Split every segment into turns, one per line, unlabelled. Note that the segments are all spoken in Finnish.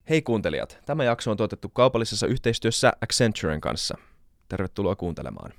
Hei kuuntelijat, tämä jakso on tuotettu kaupallisessa yhteistyössä Accenturen kanssa. Tervetuloa kuuntelemaan.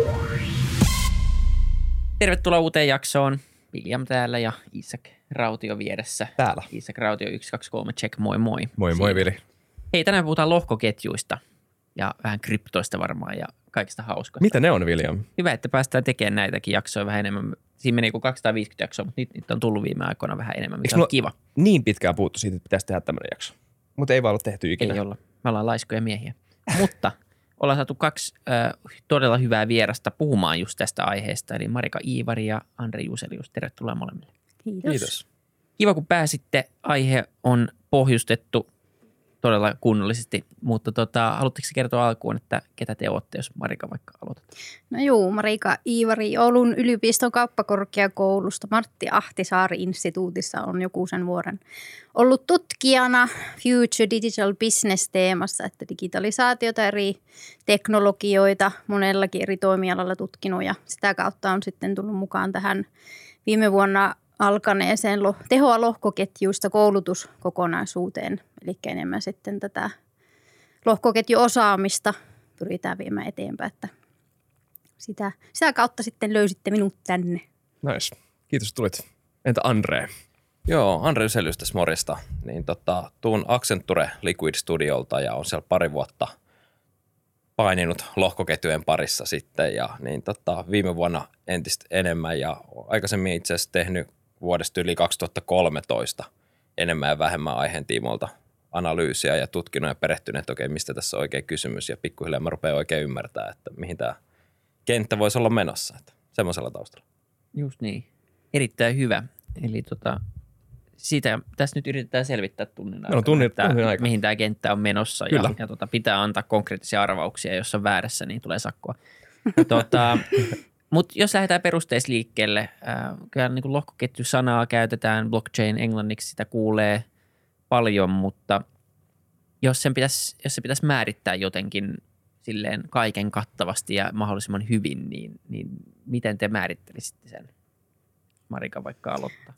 Tervetuloa uuteen jaksoon. William täällä ja Isak Rautio vieressä.
Täällä.
Isak Rautio 123, check, moi moi.
Moi Vili.
Hei, tänään puhutaan lohkoketjuista ja vähän kryptoista varmaan ja kaikista hauskoista.
Mitä ne on, William?
Hyvä, että päästään tekemään näitäkin jaksoja vähän enemmän. Siinä meni kuin 250 jaksoa, mutta niitä on tullut viime aikoina vähän enemmän, mikä on kiva.
Niin pitkään puhuttu siitä, että pitäisi tehdä tämmöinen jakso. Mutta ei vaan ole tehty ikinä.
Ei olla. Me ollaan laiskoja miehiä. Mutta ollaan saatu kaksi todella hyvää vierasta puhumaan just tästä aiheesta. Eli Marika Iivari ja Andre Juuselius. Tervetuloa molemmille.
Kiitos.
Kiva, kun pääsitte. Aihe on pohjustettu todella kunnollisesti, mutta haluatteko kertoa alkuun, että ketä te olette, jos Marika vaikka aloitat?
No juu, Marika Iivari Oulun yliopiston kauppakorkeakoulusta Martti Ahtisaari-instituutissa on joku sen vuoden ollut tutkijana Future Digital Business-teemassa, että digitalisaatiota, eri teknologioita monellakin eri toimialalla tutkinut ja sitä kautta on sitten tullut mukaan tähän viime vuonna alkaneeseen tehoa lohkoketjuista koulutuskokonaisuuteen, eli enemmän sitten tätä lohkoketjuosaamista pyritään viemään eteenpäin, että sitä kautta sitten löysitte minut tänne.
Nice. Kiitos, tulit. Entä Andre?
Joo, Andre Juuselius tässä morjesta. Niin tuun Accenture Liquid Studiolta ja on siellä pari vuotta paininut lohkoketjujen parissa sitten ja niin viime vuonna entistä enemmän ja aikaisemmin itse asiassa tehnyt vuodesta yli 2013 enemmän ja vähemmän aiheen tiimoilta analyysiä ja tutkinut ja perehtynyt, että okei, mistä tässä on oikein kysymys ja pikkuhiljaa mä rupean oikein ymmärtää, että mihin tämä kenttä voisi olla menossa, että semmoisella taustalla.
Just niin. Erittäin hyvä. Eli siitä tässä nyt yritetään selvittää tunnin aikana, mihin tämä kenttä on menossa ja pitää antaa konkreettisia arvauksia, jos on väärässä, niin tulee sakkoa. Mutta jos lähdetään perusteisliikkeelle, kyllä niin kuin lohkoketjusanaa käytetään, blockchain englanniksi sitä kuulee paljon, mutta jos se pitäisi määrittää jotenkin silleen kaiken kattavasti ja mahdollisimman hyvin, niin miten te määrittelisitte sen? Marika vaikka aloittaa.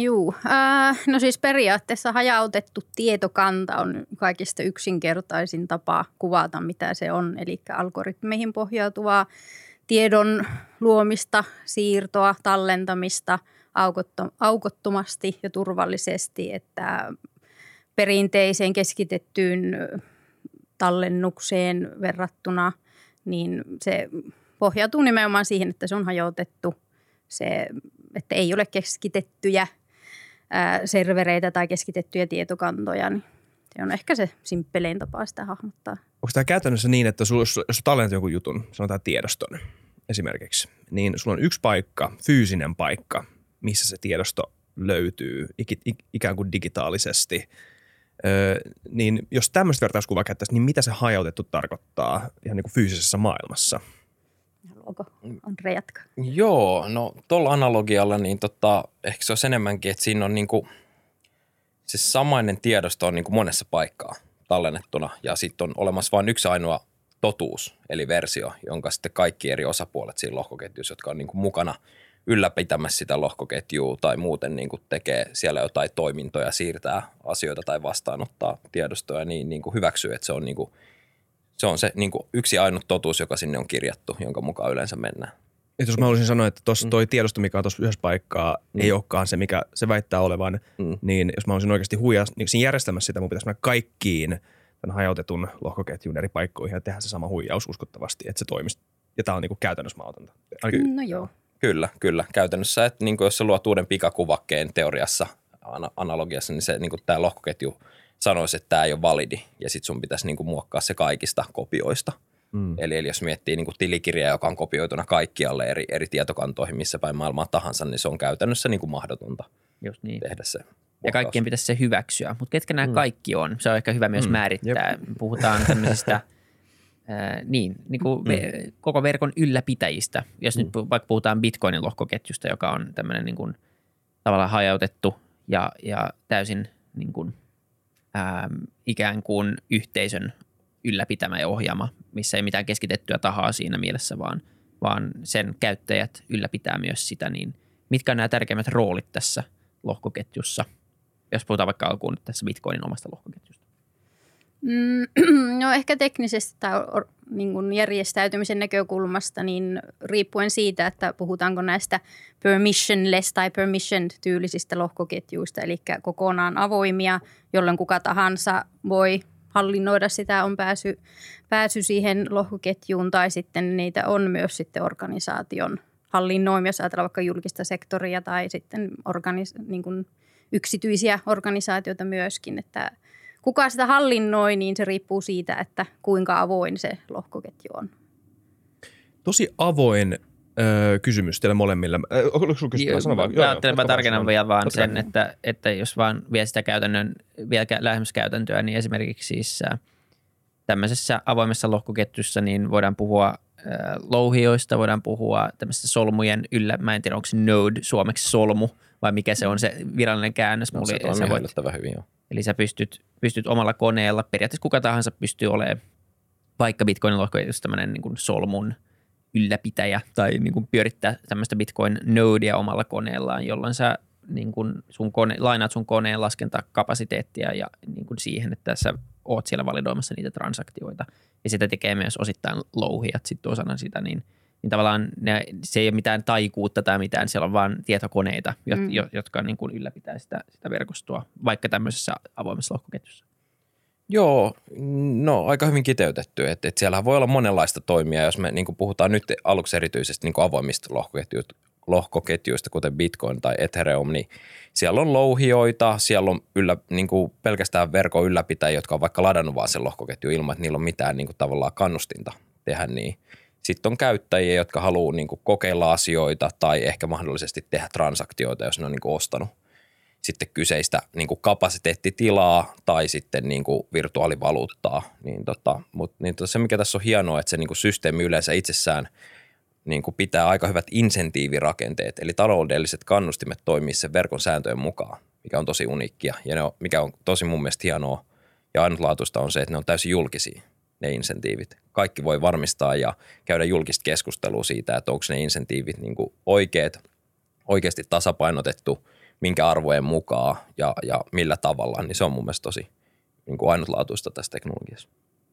No siis periaatteessa hajautettu tietokanta on kaikista yksinkertaisin tapa kuvata, mitä se on, eli algoritmeihin pohjautuvaa tiedon luomista, siirtoa, tallentamista aukottomasti ja turvallisesti, että perinteiseen keskitettyyn tallennukseen verrattuna, niin se pohjautuu nimenomaan siihen, että se on hajautettu, että ei ole keskitettyjä servereitä tai keskitettyjä tietokantoja, niin se on ehkä se simppelein tapa sitä hahmottaa.
Onko tämä käytännössä niin, että jos tallennet jonkun jutun, sanotaan tiedoston esimerkiksi, niin sulla on yksi paikka, fyysinen paikka, missä se tiedosto löytyy ikään kuin digitaalisesti, niin jos tämmöistä vertauskuvaa käyttäisiin, niin mitä se hajautettu tarkoittaa ihan niin kuin fyysisessä maailmassa?
Haluaako Andre jatkaa?
Joo, no tuolla analogialla niin ehkä se olisi enemmänkin, että siinä on niinku, se samainen tiedosto on niinku monessa paikkaa tallennettuna ja sitten on olemassa vain yksi ainoa totuus, eli versio, jonka sitten kaikki eri osapuolet siinä lohkoketjussa, jotka on niinku mukana ylläpitämässä sitä lohkoketjua tai muuten niinku tekee siellä jotain toimintoja, siirtää asioita tai vastaanottaa tiedostoja, niin niinku hyväksyy, että se on se niinku yksi ainut totuus, joka sinne on kirjattu, jonka mukaan yleensä mennään.
Että jos mä haluaisin sanoa, että toi tiedosto, mikä on tuossa yhdessä paikkaa, ei olekaan se, mikä se väittää olevan, niin jos mä haluaisin oikeasti huijaa, niin siinä järjestelmässä sitä mun pitäisi mennä kaikkiin tämän hajautetun lohkoketjun eri paikkoihin ja tehdä se sama huijaus uskottavasti, että se toimisi. Ja tää on niinku käytännössä mahdotonta.
No joo.
Kyllä. Käytännössä, että niinku jos sä luot uuden pikakuvakkeen teoriassa, analogiassa, niin se niinku tää lohkoketju sanoisi, että tämä ei ole validi ja sitten sun pitäisi niinku muokkaa se kaikista kopioista. Eli jos miettii niinku tilikirjaa, joka on kopioituna kaikkialle eri tietokantoihin, missä päin maailmaa tahansa, niin se on käytännössä niinku mahdotonta
just niin.
Tehdä se.
Ja kaikkien pitäisi se hyväksyä. Mutta ketkä nämä kaikki on? Se on ehkä hyvä myös määrittää. Puhutaan tämmöisistä koko verkon ylläpitäjistä. Jos nyt vaikka puhutaan Bitcoinin lohkoketjusta, joka on tämmöinen niin kuin tavallaan hajautettu ja täysin niin kuin, ikään kuin yhteisön ylläpitämä ja ohjaama, missä ei mitään keskitettyä tahaa siinä mielessä, vaan sen käyttäjät ylläpitää myös sitä, niin mitkä on nämä tärkeimmät roolit tässä lohkoketjussa, jos puhutaan vaikka alkuun nyt tässä Bitcoinin omasta lohkoketjusta?
No ehkä teknisesti tai niin kuin järjestäytymisen näkökulmasta, niin riippuen siitä, että puhutaanko näistä permissionless tai permission-tyylisistä lohkoketjuista, eli kokonaan avoimia, jolloin kuka tahansa voi hallinnoida sitä, on pääsy siihen lohkoketjuun, tai sitten niitä on myös sitten organisaation hallinnoimia, jos ajatellaan vaikka julkista sektoria tai sitten niin kuin yksityisiä organisaatioita myöskin, että kuka sitä hallinnoi, niin se riippuu siitä, että kuinka avoin se lohkoketju on.
Tosi avoin kysymys teille molemmille. Oliko sinulla kysymys? Sano vaan.
Mä tarkennan vielä vaan sen, että jos vaan vie sitä vielä lähemmäs käytäntöä, niin esimerkiksi siis tämmöisessä avoimessa lohkoketjussa niin voidaan puhua louhioista, voidaan puhua tämmöistä solmujen mä en tiedä, onko se node suomeksi solmu vai mikä se on se virallinen käännös.
No, se on miellyttävän hyvin, joo.
Eli sä pystyt omalla koneella, periaatteessa kuka tahansa pystyy olemaan vaikka Bitcoinin lohkoketjussa tämmöinen niin kuin solmun ylläpitäjä tai niin kuin pyörittää tämmöistä Bitcoin-nodea omalla koneellaan, jolloin sä niin kuin lainaat sun koneen laskentakapasiteettia ja niin kuin siihen, että sä oot siellä validoimassa niitä transaktioita. Ja sitä tekee myös osittain louhijat sitten osana sitä, niin tavallaan se ei ole mitään taikuutta tai mitään, siellä on vaan tietokoneita, jotka niin kuin ylläpitää sitä verkostoa, vaikka tämmöisessä avoimessa lohkoketjussa.
Joo, no aika hyvin kiteytetty, että siellähän voi olla monenlaista toimia, jos me niin kuin puhutaan nyt aluksi erityisesti niin kuin avoimista lohkoketjuista, kuten Bitcoin tai Ethereum, niin siellä on louhijoita, siellä on niin kuin pelkästään verkon ylläpitäjiä, jotka on vaikka ladannut vaan sen lohkoketju ilman, että niillä on mitään niin kuin tavallaan kannustinta tehdä niin. Sitten on käyttäjiä, jotka haluaa niin kuin kokeilla asioita tai ehkä mahdollisesti tehdä transaktioita, jos ne on niin kuin ostanut sitten kyseistä niin kuin kapasiteettitilaa tai sitten niin kuin virtuaalivaluuttaa. Mutta se, mikä tässä on hienoa, että se niin kuin systeemi yleensä itsessään niin kuin pitää aika hyvät insentiivirakenteet, eli taloudelliset kannustimet toimii sen verkon sääntöjen mukaan, mikä on tosi uniikkia. Ja mikä on tosi mun mielestä hienoa ja ainutlaatuista on se, että ne on täysin julkisia, ne insentiivit. Kaikki voi varmistaa ja käydä julkista keskustelua siitä, että onko ne insentiivit niin kuin oikeasti tasapainotettu, minkä arvojen mukaan ja millä tavalla, niin se on mun mielestä tosi niin kuin ainutlaatuista tässä teknologiassa.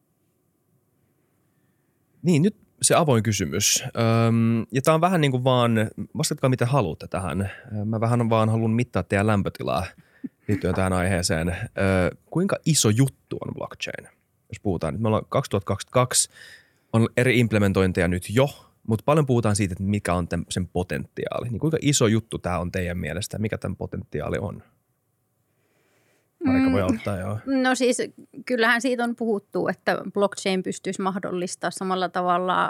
Niin, nyt se avoin kysymys. Ja tämä on vähän niin kuin vaan, vastatkaa miten haluatte tähän. Mä vähän vaan haluan mittaa teidän lämpötilaa liittyen tähän aiheeseen. Kuinka iso juttu on blockchain? Jos puhutaan, nyt me ollaan 2022, on eri implementointeja nyt jo, mutta paljon puhutaan siitä, että mikä on sen potentiaali. Niin kuinka iso juttu tämä on teidän mielestä? Mikä tämän potentiaali on? Marika voi auttaa, joo.
No siis kyllähän siitä on puhuttu, että blockchain pystyisi mahdollistaa samalla tavalla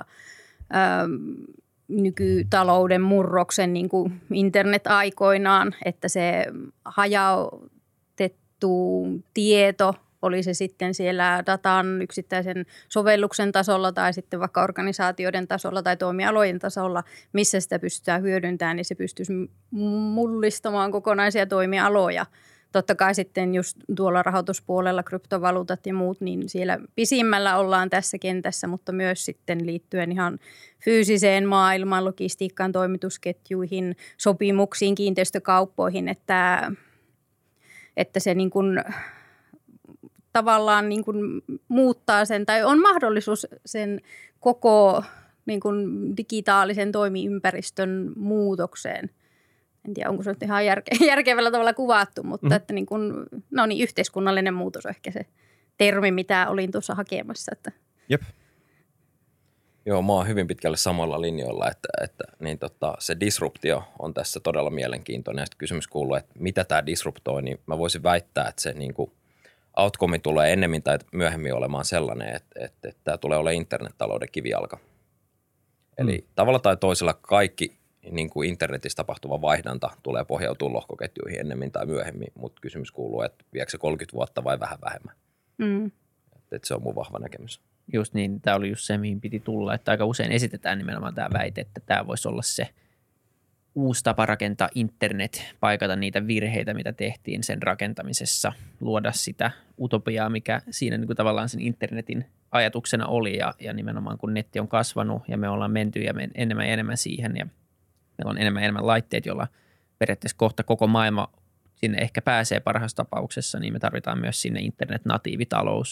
nykytalouden murroksen niin kuin internet-aikoinaan, että se hajautettu tieto, oli se sitten siellä datan yksittäisen sovelluksen tasolla tai sitten vaikka organisaatioiden tasolla tai toimialojen tasolla, missä sitä pystytään hyödyntämään, niin se pystyisi mullistamaan kokonaisia toimialoja. Totta kai sitten just tuolla rahoituspuolella kryptovaluutat ja muut, niin siellä pisimmällä ollaan tässä kentässä, mutta myös sitten liittyen ihan fyysiseen maailmaan, logistiikkaan, toimitusketjuihin, sopimuksiin, kiinteistökauppoihin, että se niin kuin tavallaan niin kuin muuttaa sen, tai on mahdollisuus sen koko niin kuin digitaalisen toimiympäristön muutokseen. En tiedä, onko se nyt ihan järkevällä tavalla kuvattu, mutta että niin kuin, no niin, yhteiskunnallinen muutos on ehkä se termi, mitä olin tuossa hakemassa. Että.
Jep.
Joo, mä oon hyvin pitkälle samalla linjoilla, että se disruptio on tässä todella mielenkiintoinen. Ja sitten kysymys kuuluu, että mitä tämä disruptoi, niin mä voisin väittää, että se niin kuin outcome tulee ennemmin tai myöhemmin olemaan sellainen, että tämä tulee olemaan internettalouden kivijalka. Eli tavalla tai toisella kaikki niin kuin internetissä tapahtuva vaihdanta tulee pohjautua lohkoketjuihin ennemmin tai myöhemmin, mutta kysymys kuuluu, että viekö se 30 vuotta vai vähän vähemmän. Että se on mun vahva näkemys.
Just niin, tämä oli just se, mihin piti tulla, että aika usein esitetään nimenomaan tämä väite, että tämä voisi olla se uusi tapa rakentaa internet, paikata niitä virheitä, mitä tehtiin sen rakentamisessa, luoda sitä utopiaa, mikä siinä niin kuin tavallaan sen internetin ajatuksena oli ja nimenomaan kun netti on kasvanut ja me ollaan menty ja enemmän ja enemmän siihen ja meillä on enemmän ja enemmän laitteet, joilla periaatteessa kohta koko maailma sinne ehkä pääsee parhaassa tapauksessa, niin me tarvitaan myös sinne internet-natiivitalous,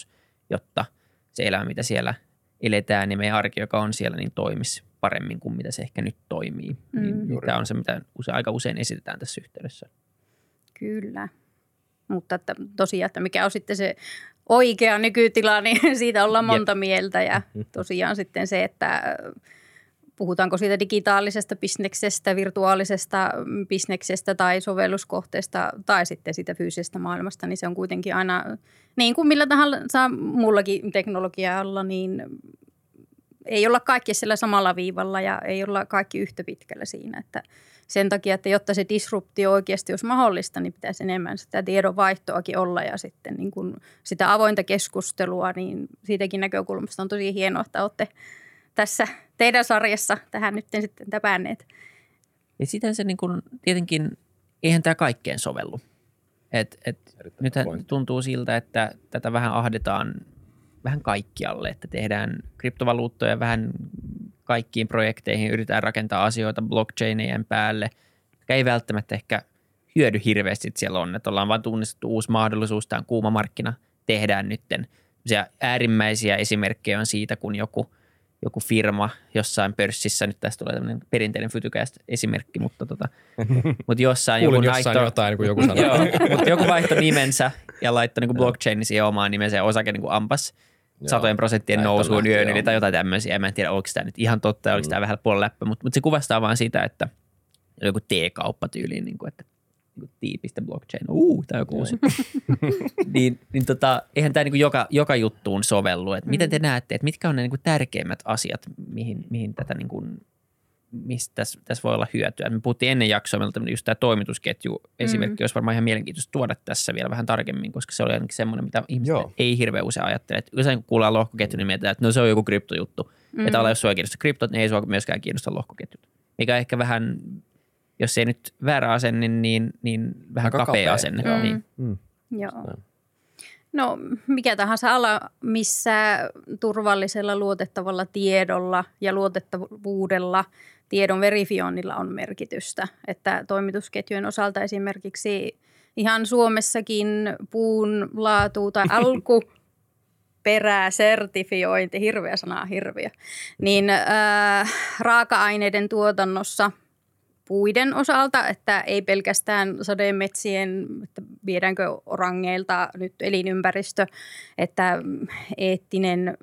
jotta se elämä, mitä siellä eletään, niin meidän arki, joka on siellä, niin toimisi paremmin kuin mitä se ehkä nyt toimii. Niin tämä on se, mitä aika usein esitetään tässä yhteydessä.
Kyllä. Mutta että tosiaan, että mikä on sitten se oikea nykytila, niin siitä ollaan monta mieltä. Ja tosiaan sitten se, että puhutaanko siitä digitaalisesta bisneksestä, virtuaalisesta bisneksestä tai sovelluskohteesta tai sitten siitä fyysisestä maailmasta, niin se on kuitenkin aina niin kuin millä tahansa muullakin teknologialla, niin ei olla kaikki siellä samalla viivalla ja ei olla kaikki yhtä pitkällä siinä, että sen takia, että jotta se disruptio oikeasti olisi mahdollista, niin pitäisi enemmän sitä tiedonvaihtoakin olla ja sitten niin kuin sitä avointa keskustelua, niin siitäkin näkökulmasta on tosi hienoa, että olette tässä teidän sarjassa tähän nyt sitten täpänneet.
Ja sitä se niin kuin, tietenkin, eihän tämä kaikkeen sovellu. Nyt tuntuu siltä, että tätä vähän ahdetaan vähän kaikkialle, että tehdään kryptovaluuttoja vähän kaikkiin projekteihin, yritetään rakentaa asioita blockchainien päälle, jotka ei välttämättä ehkä hyödy hirveästi siellä on, että ollaan vaan tunnistettu uusi mahdollisuus, tämä on kuuma markkina, tehdään nytten. Äärimmäisiä esimerkkejä on siitä, kun joku firma jossain pörssissä, nyt tästä tulee tämmöinen perinteinen Fytycast esimerkki, mutta jossain joku
jotain, kun joku sanoo.
Joo, mutta joku vaihtoi nimensä ja laittoi niin blockchainin siihen omaan nimensä ja osake niin ampas satojen prosenttien nousuun yön yli tai jotain tämmöisiä. Mä en tiedä, oliko tämä nyt ihan totta ja oliko tämä vähän puolella läppä, mutta se kuvastaa vaan sitä, että joku T-kauppa tyyliin, niin kuin, että T.blockchain, tämä on joku uusi. Eihän tämä niin joka juttuun sovellu. Että miten te näette, että mitkä on ne niin tärkeimmät asiat, mihin tätä niin kuin, mistä tässä voi olla hyötyä. Me puhuttiin ennen jaksoa, meillä just tämä toimitusketju esimerkki olisi varmaan ihan mielenkiintoista tuoda tässä vielä vähän tarkemmin, koska se oli ainakin semmoinen, mitä ihmiset ei hirveän usein ajattele. Että usein kun kuullaan lohkoketju, niin mietitään, että no se on joku kryptojuttu. Että jos sua kiinnostaa kryptot, niin ei sua myöskään kiinnosta lohkoketjut. Mikä ehkä vähän, jos ei nyt väärä asenne, niin vähän kapea asenne.
Joo. No mikä tahansa ala, missä turvallisella luotettavalla tiedolla ja luotettavuudella tiedon verifioinnilla on merkitystä. Että toimitusketjujen osalta esimerkiksi ihan Suomessakin puun laatu tai alkuperäsertifiointi, hirveä sana, hirviö, niin raaka-aineiden tuotannossa puiden osalta, että ei pelkästään sademetsien, että viedäänkö orangeilta nyt elinympäristö, että eettinen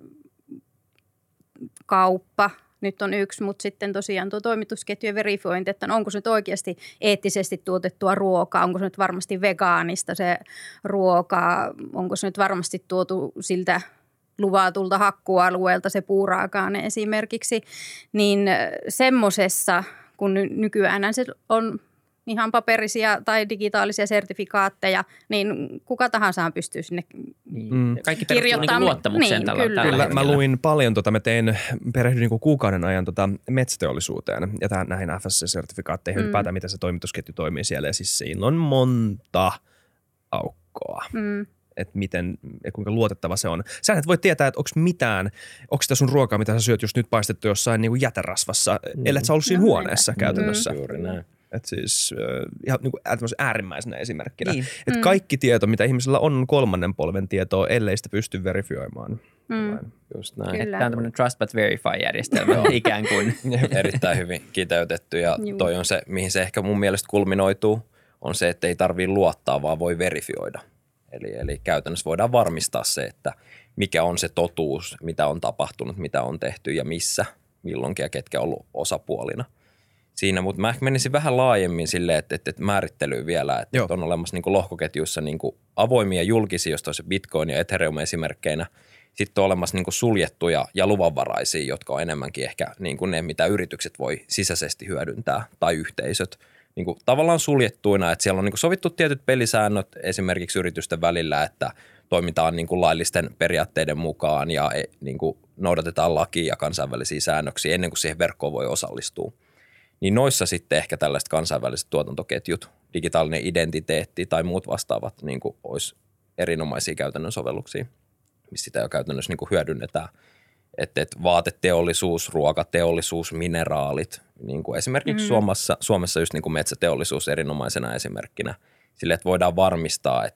kauppa nyt on yksi, mutta sitten tosiaan tuo toimitusketjujen verifiointi, että onko se nyt oikeasti eettisesti tuotettua ruokaa, onko se nyt varmasti vegaanista se ruoka, onko se nyt varmasti tuotu siltä luvatulta hakkualueelta se puuraaka-aine esimerkiksi, niin semmoisessa kun nykyään se on ihan paperisia tai digitaalisia sertifikaatteja, niin kuka tahansa pystyy sinne
Kaikki perustuu niin luottamukseen tällä
Kyllä, mä luin paljon, perehdyin niin kuukauden ajan metsäteollisuuteen ja näihin FSC-sertifikaatteihin ylipäätään, miten se toimitusketju toimii siellä. Ja siis siinä on monta aukkoa. Että kuinka luotettava se on. Sä et voi tietää, että onko sitä sun ruokaa, mitä sä syöt just nyt paistettu jossain niin kuin jäterasvassa, ellei sä ollut siinä huoneessa käytännössä.
Juuri näin.
Että siis ihan niin kuin äärimmäisenä esimerkkinä. Niin. Että kaikki tieto, mitä ihmisellä on kolmannen polven tietoa, ellei sitä pysty verifioimaan.
Just näin.
Tämä on tämmöinen Trust but Verify-järjestelmä ikään kuin.
Erittäin hyvin kiteytetty ja toi on se, mihin se ehkä mun mielestä kulminoituu, on se, että ei tarvitse luottaa, vaan voi verifioida. Eli käytännössä voidaan varmistaa se, että mikä on se totuus, mitä on tapahtunut, mitä on tehty ja missä, milloinkin ja ketkä on ollut osapuolina siinä. Mutta mä ehkä menisin vähän laajemmin silleen, että määrittelyyn vielä, että on olemassa niin kuin lohkoketjuissa niin kuin avoimia julkisia, josta on se Bitcoin ja Ethereum esimerkkeinä. Sitten on olemassa niin kuin suljettuja ja luvanvaraisia, jotka on enemmänkin ehkä niin kuin ne, mitä yritykset voi sisäisesti hyödyntää tai yhteisöt. Niin kuin tavallaan suljettuina, että siellä on niin kuin sovittu tietyt pelisäännöt esimerkiksi yritysten välillä, että toimitaan niin kuin laillisten periaatteiden mukaan ja niin kuin noudatetaan lakia ja kansainvälisiä säännöksiä ennen kuin siihen verkkoon voi osallistua. Niin noissa sitten ehkä tällaiset kansainväliset tuotantoketjut, digitaalinen identiteetti tai muut vastaavat niin kuin olisi erinomaisia käytännön sovelluksia, missä sitä jo käytännössä niin kuin hyödynnetään. Että vaateteollisuus, ruokateollisuus, mineraalit, niin kuin esimerkiksi Suomessa just niin kuin metsäteollisuus erinomaisena esimerkkinä, sille, että voidaan varmistaa, että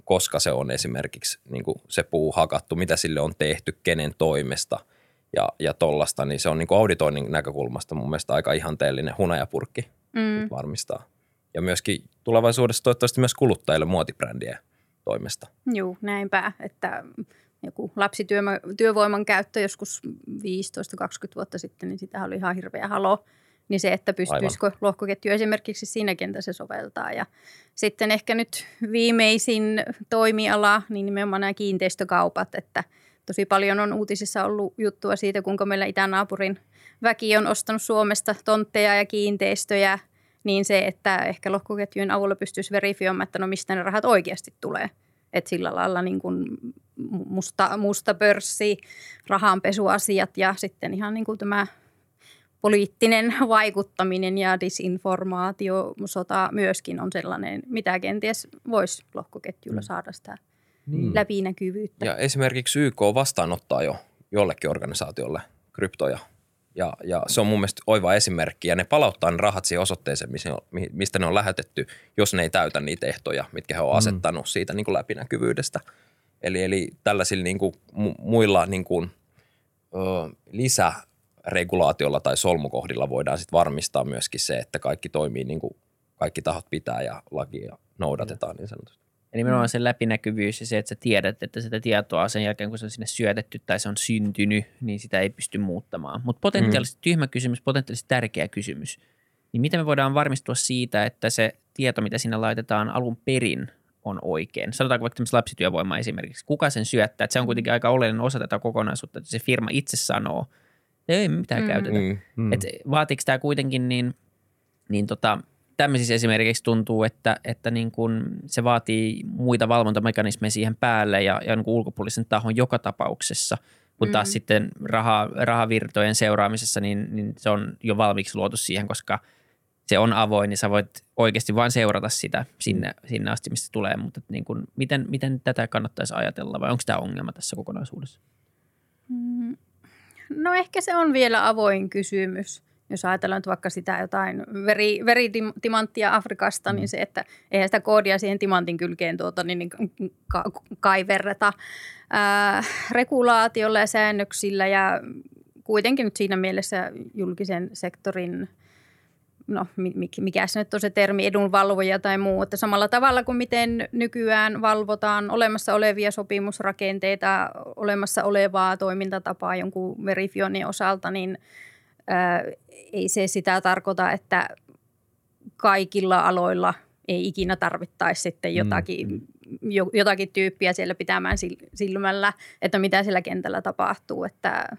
koska se on esimerkiksi niin kuin se puu hakattu, mitä sille on tehty, kenen toimesta ja tollasta, niin se on niin kuin auditoinnin näkökulmasta mun mielestä aika ihanteellinen hunajapurkki varmistaa. Ja myöskin tulevaisuudessa toivottavasti myös kuluttajille muotibrändien toimesta.
Joo, näinpä, että joku lapsityövoiman käyttö joskus 15-20 vuotta sitten, niin sitä oli ihan hirveä halo. Niin se, että pystyisikö lohkoketju esimerkiksi siinä kentässä soveltaa. Ja sitten ehkä nyt viimeisin toimiala, niin nimenomaan nämä kiinteistökaupat, että tosi paljon on uutisissa ollut juttua siitä, kuinka meillä itänaapurin väki on ostanut Suomesta tontteja ja kiinteistöjä, niin se, että ehkä lohkoketjujen avulla pystyisi verifioimaan, että no mistä ne rahat oikeasti tulee. Että sillä lailla niin kuin musta pörssi, rahanpesuasiat ja sitten ihan niin kuin tämä poliittinen vaikuttaminen ja disinformaatiosota myöskin on sellainen, mitä kenties voisi lohkoketjulla saada sitä läpinäkyvyyttä.
Ja esimerkiksi YK vastaanottaa jo jollekin organisaatiolle kryptoja. Ja se on mun mielestä oiva esimerkki. Ja ne palauttaa ne rahat siihen osoitteeseen, mistä ne on lähetetty, jos ne ei täytä niitä ehtoja, mitkä he on asettanut siitä niin kuin läpinäkyvyydestä. Eli tällaisilla niin kuin muilla niin kuin, lisäregulaatiolla tai solmukohdilla voidaan sitten varmistaa myöskin se, että kaikki toimii niin kuin kaikki tahot pitää ja lakia noudatetaan niin sanotusti.
Ja nimenomaan se läpinäkyvyys ja se, että sä tiedät, että sitä tietoa sen jälkeen, kun se on sinne syötetty tai se on syntynyt, niin sitä ei pysty muuttamaan. Mutta potentiaalisesti tyhmä kysymys, potentiaalisesti tärkeä kysymys. Niin miten me voidaan varmistua siitä, että se tieto, mitä sinne laitetaan alun perin, on oikein? Sanotaanko vaikka tämmöistä lapsityövoimaa esimerkiksi. Kuka sen syöttää? Että se on kuitenkin aika oleellinen osa tätä kokonaisuutta, että se firma itse sanoo, että ei mitään käytetä. Että vaatiiko tämä kuitenkin tämmöisissä esimerkiksi tuntuu, että niin kuin se vaatii muita valvontamekanismeja siihen päälle ja niin kuin ulkopuolisen tahon joka tapauksessa, kun taas sitten rahavirtojen seuraamisessa, niin se on jo valmiiksi luotu siihen, koska se on avoin, niin sä voit oikeasti vain seurata sitä sinne asti, mistä tulee. Mutta niin kuin, miten tätä kannattaisi ajatella vai onko tämä ongelma tässä kokonaisuudessa?
No ehkä se on vielä avoin kysymys. Jos ajatellaan nyt vaikka sitä jotain veritimanttia Afrikasta, niin se, että eihän sitä koodia siihen timantin kylkeen kaiverreta regulaatiolla ja säännöksillä ja kuitenkin nyt siinä mielessä julkisen sektorin, no mikä se nyt on se termi, edunvalvoja tai muu, että samalla tavalla kuin miten nykyään valvotaan olemassa olevia sopimusrakenteita, olemassa olevaa toimintatapaa jonkun verifioinnin osalta, niin ei se sitä tarkoita, että kaikilla aloilla ei ikinä tarvittaisi sitten jotakin tyyppiä siellä pitämään silmällä, että mitä siellä kentällä tapahtuu. Että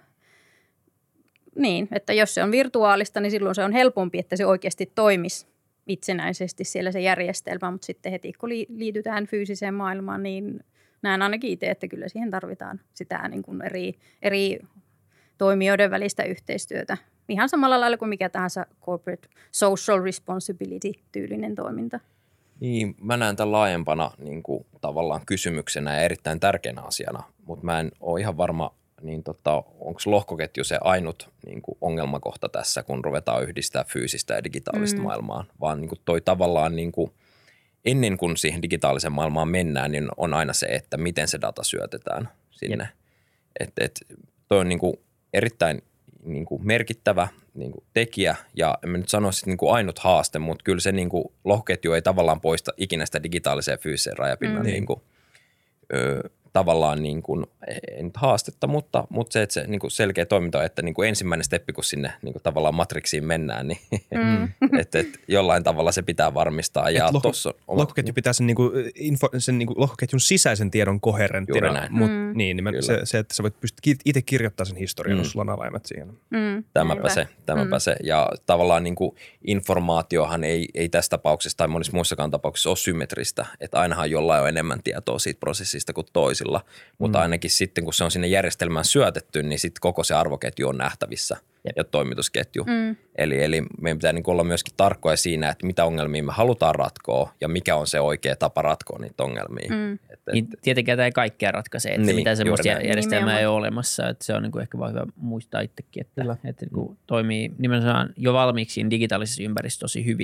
jos se on virtuaalista, niin silloin se on helpompi, että se oikeasti toimisi itsenäisesti siellä se järjestelmä, mutta sitten heti kun liitytään fyysiseen maailmaan, niin näen ainakin itse, että kyllä siihen tarvitaan sitä niin kuin eri toimijoiden välistä yhteistyötä. Ihan samalla lailla kuin mikä tahansa corporate social responsibility-tyylinen toiminta.
Niin, mä näen tämän laajempana niin kuin, tavallaan kysymyksenä ja erittäin tärkeänä asiana, mutta mä en ole ihan varma, niin onko lohkoketju se ainut niin kuin ongelmakohta tässä, kun ruvetaan yhdistää fyysistä ja digitaalista maailmaa, vaan niin kuin toi tavallaan niin kuin, ennen kuin siihen digitaaliseen maailmaan mennään, niin on aina se, että miten se data syötetään sinne. Toi on niin kuin erittäin niin kuin merkittävä niin kuin tekijä ja en mä nyt sanoisi, että niin kuin ainut haaste, mutta kyllä se niin kuin lohketju ei tavallaan poista ikinä sitä digitaaliseen ja fyysiseen rajapinnan niin kuin, tavallaan niin kuin, ei nyt haastetta, mutta se, että se niin kuin selkeä toiminta on, että niin kuin ensimmäinen steppi, kun sinne niin kuin tavallaan matriksiin mennään, niin että jollain tavalla se pitää varmistaa. Ja
lohkoketju pitää sen lohkoketjun sisäisen tiedon koherenttina. Se, että sä voit itse kirjoittamaan sen historian, jos sulla on avaimet siihen.
Tämäpä se. Ja tavallaan niin kuin informaatiohan ei tässä tapauksessa tai monissa muissakaan tapauksissa ole symmetristä, että ainahan jollain on enemmän tietoa siitä prosessista kuin toisilla. Mutta ainakin sitten, kun se on sinne järjestelmään syötetty, niin sitten koko se arvoketju on nähtävissä ja toimitusketju. Eli meidän pitää niin olla myöskin tarkkoja siinä, että mitä ongelmia me halutaan ratkoa ja mikä on se oikea tapa ratkoa niitä ongelmia.
Niin tietenkään tämä ei kaikkea ratkaise, että mitään semmoista järjestelmää ei ole olemassa. Että se on niin ehkä vaan hyvä muistaa itsekin, että kun toimii nimenomaan jo valmiiksi digitaalisessa ympäristössä tosi hyvin,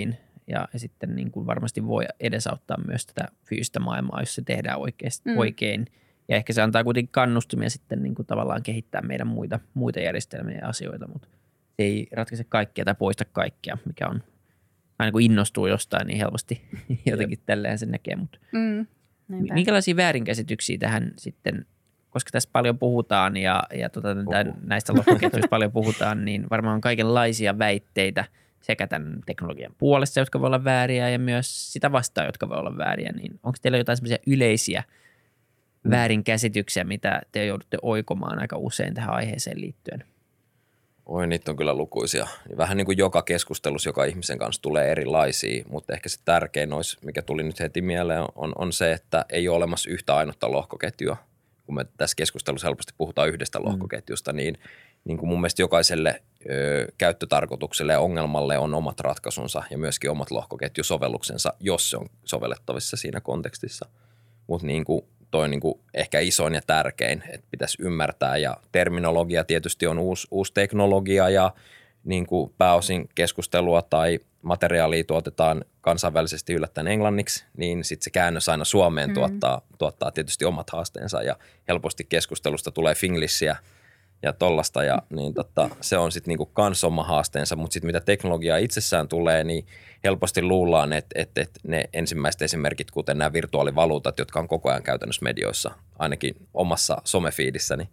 ja sitten niin kuin varmasti voi edesauttaa myös tätä fyysistä maailmaa, jos se tehdään oikein. Ja ehkä se antaa kuitenkin kannustumia sitten niin kuin tavallaan kehittää meidän muita järjestelmiä ja asioita, mutta se ei ratkaise kaikkea tai poista kaikkea, mikä on aina kun innostuu jostain, niin helposti jotenkin tälleen sen näkee. Mutta minkälaisia väärinkäsityksiä tähän sitten, koska tässä paljon puhutaan ja näistä lohkoketjuista paljon puhutaan, niin varmaan on kaikenlaisia väitteitä sekä tämän teknologian puolesta, jotka voi olla vääriä, ja myös sitä vastaan, jotka voi olla vääriä. Niin onko teillä jotain sellaisia yleisiä väärinkäsityksiä, mitä te joudutte oikomaan aika usein tähän aiheeseen liittyen?
Oi, niitä on kyllä lukuisia. Vähän niin kuin joka keskustelussa, joka ihmisen kanssa tulee erilaisia, mutta ehkä se tärkein olisi, mikä tuli nyt heti mieleen, on se, että ei ole olemassa yhtä ainutta lohkoketjua. Kun me tässä keskustelussa helposti puhutaan yhdestä lohkoketjusta, niin kuin mun mielestä jokaiselle käyttötarkoitukselle ja ongelmalle on omat ratkaisunsa ja myöskin omat lohkoketjusovelluksensa, jos se on sovellettavissa siinä kontekstissa. Mutta niin kuin toi niin kuin ehkä isoin ja tärkein, että pitäisi ymmärtää, ja terminologia tietysti on uusi teknologia, ja niin kuin pääosin keskustelua tai materiaalia tuotetaan kansainvälisesti yllättäen englanniksi, niin sitten se käännös aina Suomeen tuottaa tietysti omat haasteensa, ja helposti keskustelusta tulee finglishia ja tollasta, ja niin se on sitten niinku kans oma haasteensa, mutta sitten mitä teknologiaa itsessään tulee, niin helposti luullaan, että ne ensimmäiset esimerkit, kuten nämä virtuaalivaluutat, jotka on koko ajan käytännössä medioissa, ainakin omassa somefiidissäni,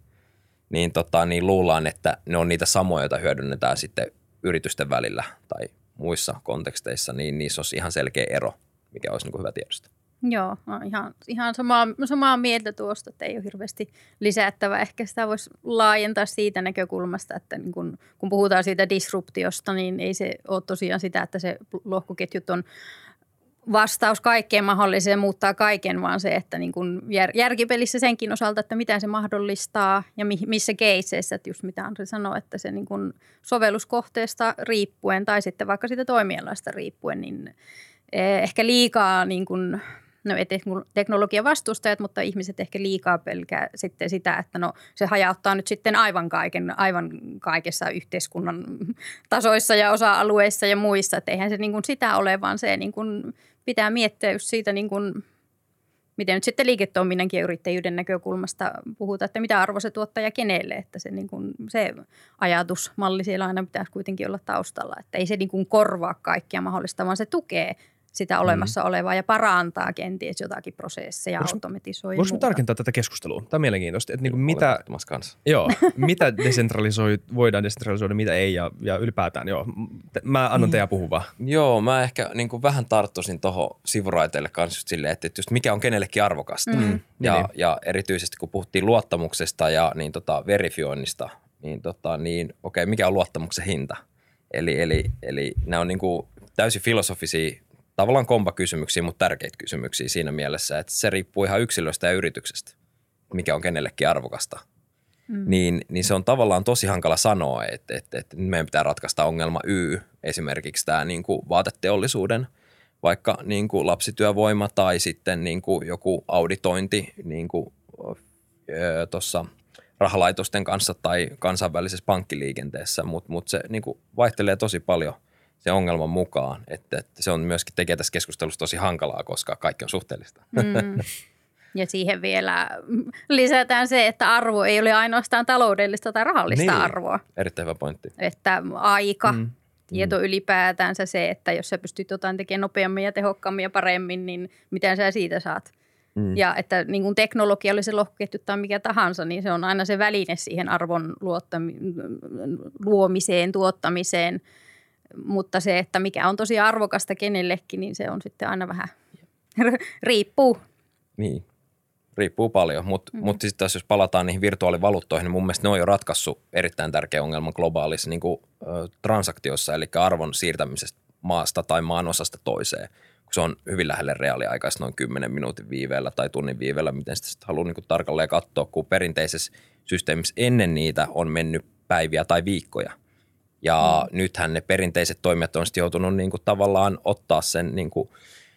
niin luullaan, että ne on niitä samoja, joita hyödynnetään sitten yritysten välillä tai muissa konteksteissa, niin niissä olisi ihan selkeä ero, mikä olisi niinku hyvä tiedostaa.
Joo, ihan samaa mieltä tuosta, että ei ole hirveästi lisättävä. Ehkä sitä voisi laajentaa siitä näkökulmasta, että niin kun puhutaan siitä disruptiosta, niin ei se ole tosiaan sitä, että se lohkoketjut on vastaus kaikkeen mahdolliseen, muuttaa kaiken, vaan se, että niin kun järkipelissä senkin osalta, että mitä se mahdollistaa ja missä keisseissä, että just mitä Andri sanoi, että se niin kun sovelluskohteesta riippuen tai sitten vaikka siitä toimialasta riippuen, niin ehkä liikaa niin kuin, no ei teknologian vastustajat, mutta ihmiset ehkä liikaa pelkää sitten sitä, että no se hajauttaa nyt sitten aivan kaikessa yhteiskunnan tasoissa ja osa-alueissa ja muissa. Että eihän se niin kuin sitä ole, vaan se niin kuin pitää miettiä just siitä, niin kuin, miten nyt sitten liiketoiminnankin ja yrittäjyyden näkökulmasta puhutaan, että mitä arvo se tuottaa kenelle. Että se, niin kuin, se ajatusmalli siellä aina pitäisi kuitenkin olla taustalla, että ei se niin kuin korvaa kaikkia mahdollista, vaan se tukee sitä olemassa olevaa ja parantaa kenties jotakin prosesseja, automatisoi.
Voisiko tarkentaa tätä keskustelua? Tämä on mielenkiintoista. Että niin kuin mitä voidaan desentralisoida, mitä ei ja ylipäätään. Joo. Mä annan teidän puhua.
Joo, mä ehkä niin kuin vähän tarttuisin tuohon sivuraiteille kanssa just silleen, että just mikä on kenellekin arvokasta. Ja erityisesti kun puhuttiin luottamuksesta ja niin verifioinnista, niin okei, mikä on luottamuksen hinta? Eli nämä on niin kuin täysin filosofisia tavallaan kompakysymyksiä, mutta tärkeitä kysymyksiä siinä mielessä, että se riippuu ihan yksilöstä ja yrityksestä, mikä on kenellekin arvokasta. Niin se on tavallaan tosi hankala sanoa, että meidän pitää ratkaista ongelma Y, esimerkiksi tämä niin kuin vaateteollisuuden, vaikka niin kuin lapsityövoima tai sitten niin kuin joku auditointi niin kuin tuossa rahalaitosten kanssa tai kansainvälisessä pankkiliikenteessä, mutta se niin kuin vaihtelee tosi paljon se ongelman mukaan, että se on myöskin tekee tässä keskustelussa tosi hankalaa, koska kaikki on suhteellista.
Ja siihen vielä lisätään se, että arvo ei ole ainoastaan taloudellista tai rahallista arvoa.
Erittäin hyvä pointti.
Että aika, tieto ylipäätänsä se, että jos sä pystyt jotain tekemään nopeammin ja tehokkaammin ja paremmin, niin miten sä siitä saat. Ja että niin kuin teknologia oli se lohkoketju tai mikä tahansa, niin se on aina se väline siihen arvon luomiseen, tuottamiseen. Mutta se, että mikä on tosi arvokasta kenellekin, niin se on sitten aina vähän, riippuu.
Niin, riippuu paljon. Mutta sitten taas jos palataan niihin virtuaalivaluuttoihin, niin mun mielestä ne on jo ratkaissut erittäin tärkeä ongelma globaalissa niin kuin, transaktiossa, eli arvon siirtämisestä maasta tai maanosasta toiseen. Kun se on hyvin lähelle reaaliaikaista noin 10 minuutin viiveellä tai tunnin viiveellä, miten sitä sitten haluaa niin kuin tarkalleen katsoa, kun perinteisessä systeemissä ennen niitä on mennyt päiviä tai viikkoja. Ja nythän ne perinteiset toimijat on sitten joutunut niin kuin tavallaan ottaa sen, niin kuin,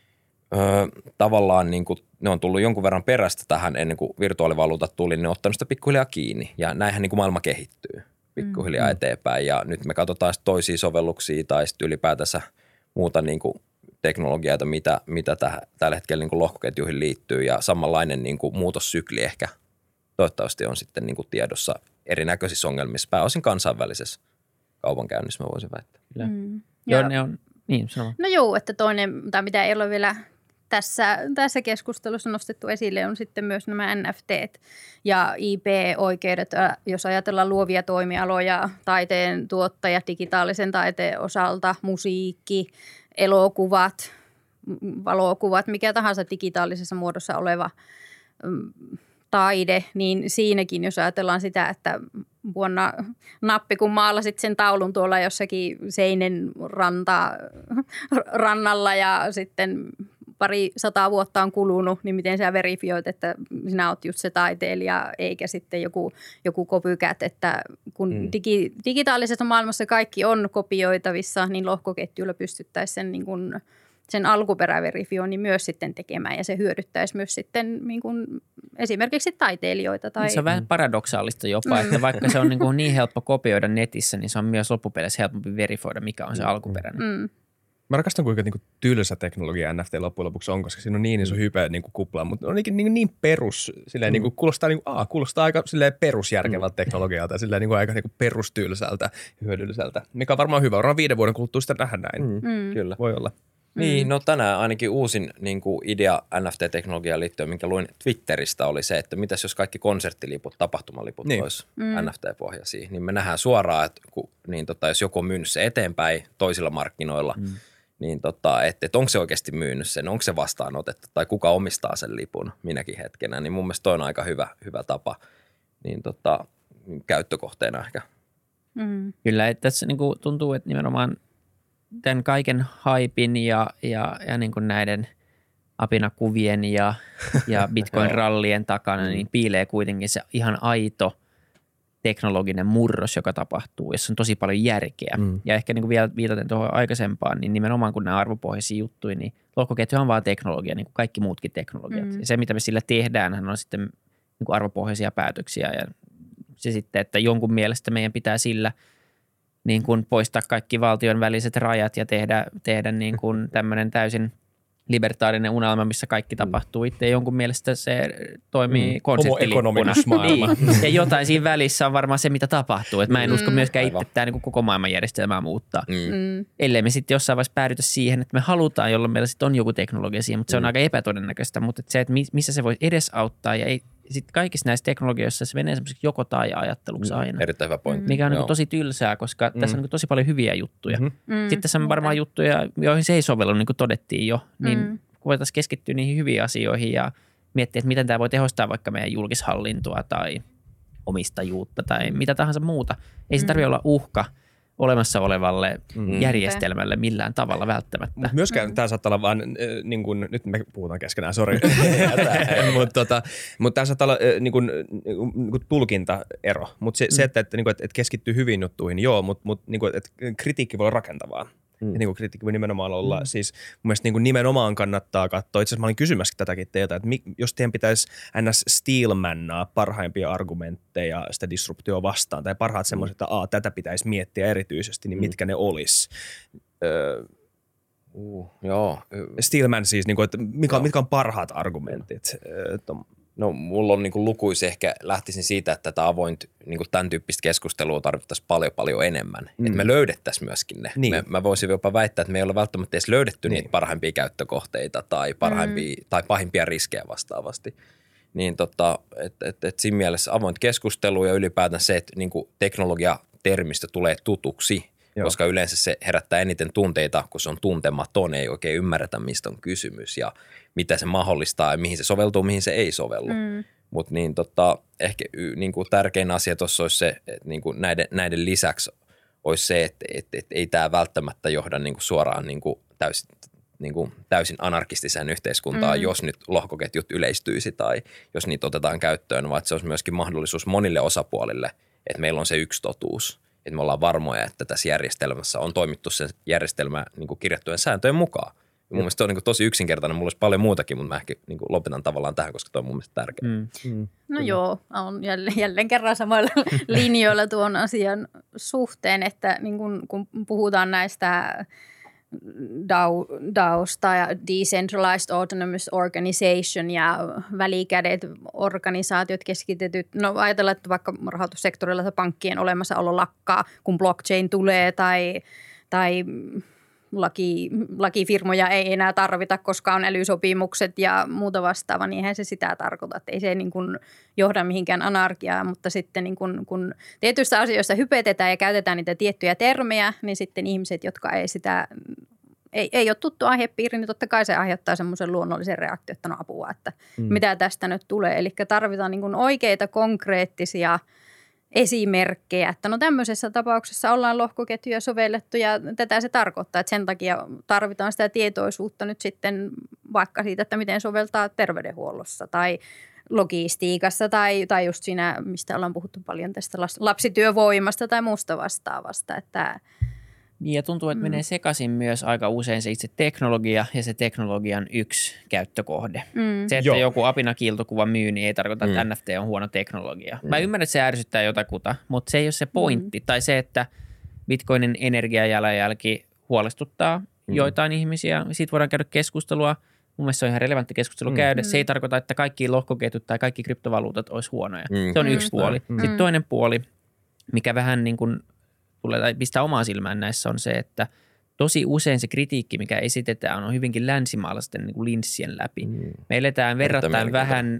tavallaan niin kuin, ne on tullut jonkun verran perästä tähän ennen kuin virtuaalivaluutat tuli, niin ne on ottanut sitä pikkuhiljaa kiinni. Ja näinhän niin kuin maailma kehittyy pikkuhiljaa eteenpäin. Ja nyt me katsotaan sitten toisia sovelluksia tai sitten ylipäätänsä muuta niin kuin teknologioita, mitä tällä hetkellä niin kuin lohkoketjuihin liittyy ja samanlainen niin kuin muutossykli ehkä toivottavasti on sitten niin kuin tiedossa erinäköisissä ongelmissa, pääosin kansainvälisessä kaupankäynnissä, mä voisin väittää.
Joo, ne on, niin sanoma.
No joo, että toinen, tai mitä ei ole vielä tässä keskustelussa nostettu esille, on sitten myös nämä NFTt ja IP-oikeudet, jos ajatellaan luovia toimialoja, taiteen tuottajat, digitaalisen taiteen osalta, musiikki, elokuvat, valokuvat, mikä tahansa digitaalisessa muodossa oleva taide, niin siinäkin, jos ajatellaan sitä, että vuonna nappi, kun maalasit sen taulun tuolla jossakin Seinen rannalla ja sitten 200 vuotta on kulunut, niin miten sä verifioit, että sinä oot just se taiteilija, eikä sitten joku copycat, että kun digitaalisessa maailmassa kaikki on kopioitavissa, niin lohkoketjuilla pystyttäisiin sen niin kuin sen alkuperäverifioinnin myös sitten tekemään ja se hyödyttäisi myös sitten niin kuin esimerkiksi taiteilijoita. Tai
Se on vähän paradoksaalista jopa, että vaikka se on niin helppo kopioida netissä, niin se on myös loppupeleissä helpompi verifioida, mikä on se alkuperäinen.
Mä rakastan, kuinka niinku tylsä teknologia NFT loppujen lopuksi on, koska siinä on niin iso hype niinku kuplaan, mutta on niin perus, silleen niinku kuulostaa aika silleen perusjärkevältä teknologialta ja silleen niinku aika niinku perustylsältä ja hyödylliseltä, mikä on varmaan hyvä. Varmaan 5 vuoden kuluttua sitä nähdään näin.
Kyllä.
Voi olla.
Niin, no tänään ainakin uusin niin kuin idea NFT-teknologiaan liittyen, minkä luin Twitteristä, oli se, että mitäs jos kaikki konserttiliput, tapahtumaliput olisi NFT-pohjaisia, niin me nähdään suoraan, että jos joku on myynyt se eteenpäin toisilla markkinoilla, niin että onko se oikeasti myynyt sen, onko se vastaanotettu tai kuka omistaa sen lipun minäkin hetkenä, niin mun mielestä toi on aika hyvä tapa niin käyttökohteena ehkä.
Kyllä, että tässä niin kuin tuntuu, että nimenomaan tämän kaiken haipin ja niin kuin näiden apinakuvien ja Bitcoin-rallien takana niin piilee kuitenkin se ihan aito teknologinen murros, joka tapahtuu, jossa on tosi paljon järkeä. Ja ehkä niin kuin vielä viitaten tuohon aikaisempaan, niin nimenomaan kun nämä arvopohjaisia juttuja, niin lohkoketju on vaan teknologia, niin kuin kaikki muutkin teknologiat. Ja se, mitä me sillä tehdään, on sitten niin kuin arvopohjaisia päätöksiä. Ja se sitten, että jonkun mielestä meidän pitää sillä niin kuin poistaa kaikki valtion väliset rajat ja tehdä niin kuin tämmöinen täysin libertaarinen unelma, missä kaikki tapahtuu itse. Jonkun mielestä se toimii konseptilippuna. Niin. Ja jotain siinä välissä on varmaan se, mitä tapahtuu. Et mä en usko myöskään itse, että tämä niin koko maailman järjestelmää muuttaa. Ellei me sitten jossain vaiheessa päädytä siihen, että me halutaan, jolloin meillä sitten on joku teknologia siihen, mutta se on aika epätodennäköistä. Mutta se, että missä se voi edesauttaa ja sitten kaikissa näissä teknologioissa se menee semmoiseksi joko tai ajatteluksi aina.
Erittäin hyvä pointti.
Mikä on niin tosi tylsää, koska tässä on niin tosi paljon hyviä juttuja. Sitten tässä on varmaan juttuja, joihin se ei sovellu, niin kuin todettiin jo. Niin voitaisiin keskittyä niihin hyviin asioihin ja miettiä, että miten tämä voi tehostaa vaikka meidän julkishallintoa tai omistajuutta tai mitä tahansa muuta. Ei se tarvitse olla uhka olemassa olevalle järjestelmälle millään tavalla välttämättä.
Mutta myöskään tämä saattaa olla vaan, niin kuin, nyt me puhutaan keskenään, sori, mutta tämä saattaa olla niin kuin tulkintaero. Mutta se että keskittyy hyviin juttuihin, joo, mutta niin kuin, että kritiikki voi olla rakentavaa. Niin kuin kritiikki voi nimenomaan olla, siis mun mielestä niin kuin nimenomaan kannattaa katsoa. Itse asiassa mä olin kysymässä tätäkin teiltä, että jos teidän pitäisi ns. Steelmannaa parhaimpia argumentteja sitä disruptioa vastaan, tai parhaat semmoiset, että tätä pitäisi miettiä erityisesti, niin mitkä ne olisi?
Joo.
Steelman siis, niin kuin, että mitkä on parhaat argumentit?
No mulla on niin kuin lukuisi ehkä lähtisin siitä, että tätä avointa niin kuin tämän tyyppistä keskustelua tarvittaisiin paljon enemmän. Että me löydettäisiin myöskin ne.
Niin.
Mä voisin jopa väittää, että me ei ole välttämättä edes löydetty niitä parhaimpia käyttökohteita tai pahimpia riskejä vastaavasti. Niin että siinä mielessä avointa keskustelua ja ylipäätään se, että niin kuin teknologiatermistö tulee tutuksi. Joo. Koska yleensä se herättää eniten tunteita, kun se on tuntematon, ei oikein ymmärretä, mistä on kysymys ja mitä se mahdollistaa ja mihin se soveltuu, mihin se ei sovellu. Mutta niin ehkä niin kuin tärkein asia tuossa olisi se, että niin kuin näiden lisäksi olisi se, että ei tämä välttämättä johda niin kuin suoraan niin kuin täysin anarkistiseen yhteiskuntaan, jos nyt lohkoketjut yleistyisi tai jos niitä otetaan käyttöön, vaan että se olisi myöskin mahdollisuus monille osapuolille, että meillä on se yksi totuus. Että me ollaan varmoja, että tässä järjestelmässä on toimittu sen järjestelmän niin kuin kirjattujen sääntöjen mukaan. Mun mielestä se on niin kuin tosi yksinkertainen. Mulla olisi paljon muutakin, mutta mä ehkä niin kuin lopetan tavallaan tähän, koska toi on mun mielestä tärkeää.
No joo, on jälleen kerran samoilla linjoilla tuon asian suhteen, että niin kun puhutaan näistä DAOsta ja Decentralized Autonomous Organization ja välikädet, organisaatiot keskitetyt. No ajatellaan, että vaikka rahoitussektorilla se pankkien olemassaolo lakkaa, kun blockchain tulee tai lakifirmoja ei enää tarvita, koska on älysopimukset ja muuta vastaavaa, niin eihän se sitä tarkoita, että ei se niin kuin johda mihinkään anarkiaan, mutta sitten niin kun tietyistä asioista hypetetään ja käytetään niitä tiettyjä termejä, niin sitten ihmiset, jotka ei ole tuttu aihepiiri, niin totta kai se aiheuttaa semmoisen luonnollisen reaktion, että no apua, että mitä tästä nyt tulee. Eli tarvitaan niin kuin oikeita konkreettisia esimerkkejä, että no tämmöisessä tapauksessa ollaan lohkoketjuja sovellettu ja tätä se tarkoittaa, että sen takia tarvitaan sitä tietoisuutta nyt sitten vaikka siitä, että miten soveltaa terveydenhuollossa tai logistiikassa tai just siinä, mistä ollaan puhuttu paljon tästä lapsityövoimasta tai muusta vastaavasta, että
niin ja tuntuu, että menee sekaisin myös aika usein se itse teknologia ja se teknologian yksi käyttökohde. Se, että joku apinakiiltokuva myy, niin ei tarkoita, että NFT on huono teknologia. Mä ymmärrän, että se ärsyttää jotakuta, mutta se ei ole se pointti. Tai se, että Bitcoinin energiajalanjälki huolestuttaa joitain ihmisiä. Siitä voidaan käydä keskustelua. Mun mielestä se on ihan relevantti keskustelu käydä. Se ei tarkoita, että kaikki lohkoketjut tai kaikki kryptovaluutat olisi huonoja. Se on yksi puoli. Sitten toinen puoli, mikä vähän niin kuin tulee tai pistää omaa silmään näissä on se, että tosi usein se kritiikki, mikä esitetään, on hyvinkin länsimaalaisten niin kuin linssien läpi. Me eletään verrattain vähän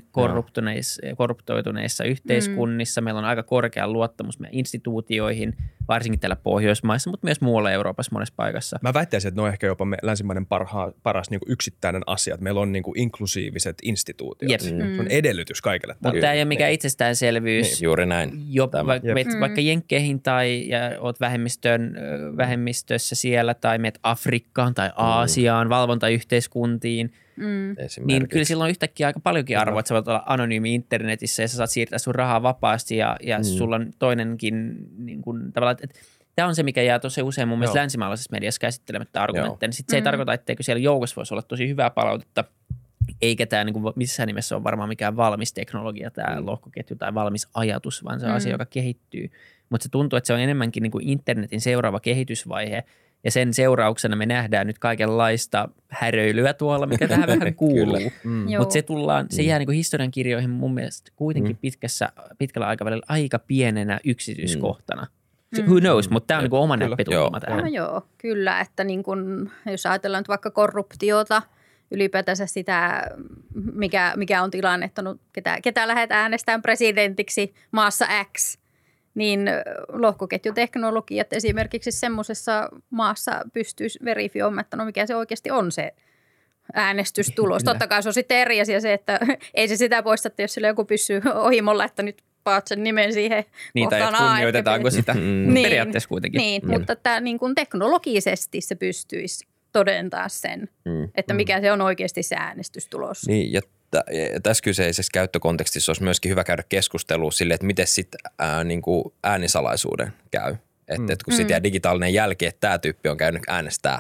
korruptoituneissa yhteiskunnissa. Meillä on aika korkea luottamus meidän instituutioihin, varsinkin täällä Pohjoismaissa, mutta myös muualla Euroopassa monessa paikassa.
Mä väittäisin, että ne on ehkä jopa länsimainen paras niin kuin yksittäinen asia, että meillä on niin kuin inklusiiviset instituutiot. Se on edellytys kaikille.
Mutta tämä ei ole mikään itsestäänselvyys.
Niin, juuri näin.
Vaikka Jenkkeihin ja olet vähemmistössä siellä tai menet Afrikkaan tai Aasiaan, valvontayhteiskuntiin, niin kyllä silloin on yhtäkkiä aika paljonkin arvoa, että sä voit olla anonyymi internetissä ja sä saat siirtää sun rahaa vapaasti ja sulla on toinenkin niin kuin, tavallaan, että tämä on se, mikä jää tosi usein mun mielestä länsimaalaisessa mediassa käsittelemättä argumentteja. Sitten se ei tarkoita, etteikö siellä joukossa voisi olla tosi hyvää palautetta, eikä tämä niin kuin missään nimessä ole varmaan mikään valmis teknologia, tämä lohkoketju tai valmis ajatus, vaan se on asia, joka kehittyy. Mutta se tuntuu, että se on enemmänkin niin kuin internetin seuraava kehitysvaihe, ja sen seurauksena me nähdään nyt kaikenlaista häröilyä tuolla, mikä tähän vähän kuuluu. Mutta se jää niin kuin historiankirjoihin mun mielestä kuitenkin pitkällä aikavälillä aika pienenä yksityiskohtana. Who knows, mutta tämä on niin oma näppituntuma tähän.
No joo, kyllä, että niin kun, jos ajatellaan nyt vaikka korruptiota, ylipäätänsä sitä, mikä on tilanne, että no, ketä lähdetään äänestämään presidentiksi maassa X, niin lohkoketjuteknologiat esimerkiksi semmoisessa maassa pystyisi verifioimaan, että no mikä se oikeasti on se äänestystulos. Totta kai se on sitten eri asia se, että ei se sitä poista, että jos sillä joku pysyy ohimolla, että nyt paat sen nimen siihen kohtaan
A. Kunnioitetaanko sitä periaatteessa kuitenkin.
Niin, mutta tämä niin kuin teknologisesti se pystyisi todentaa sen, että mikä se on oikeasti se äänestystulos.
Niin, ja tässä kyseisessä käyttökontekstissa olisi myöskin hyvä käydä keskustelua sille, että miten sitten niinku äänisalaisuuden käy. Että kun sitten jää digitaalinen jälki, että tämä tyyppi on käynyt äänestää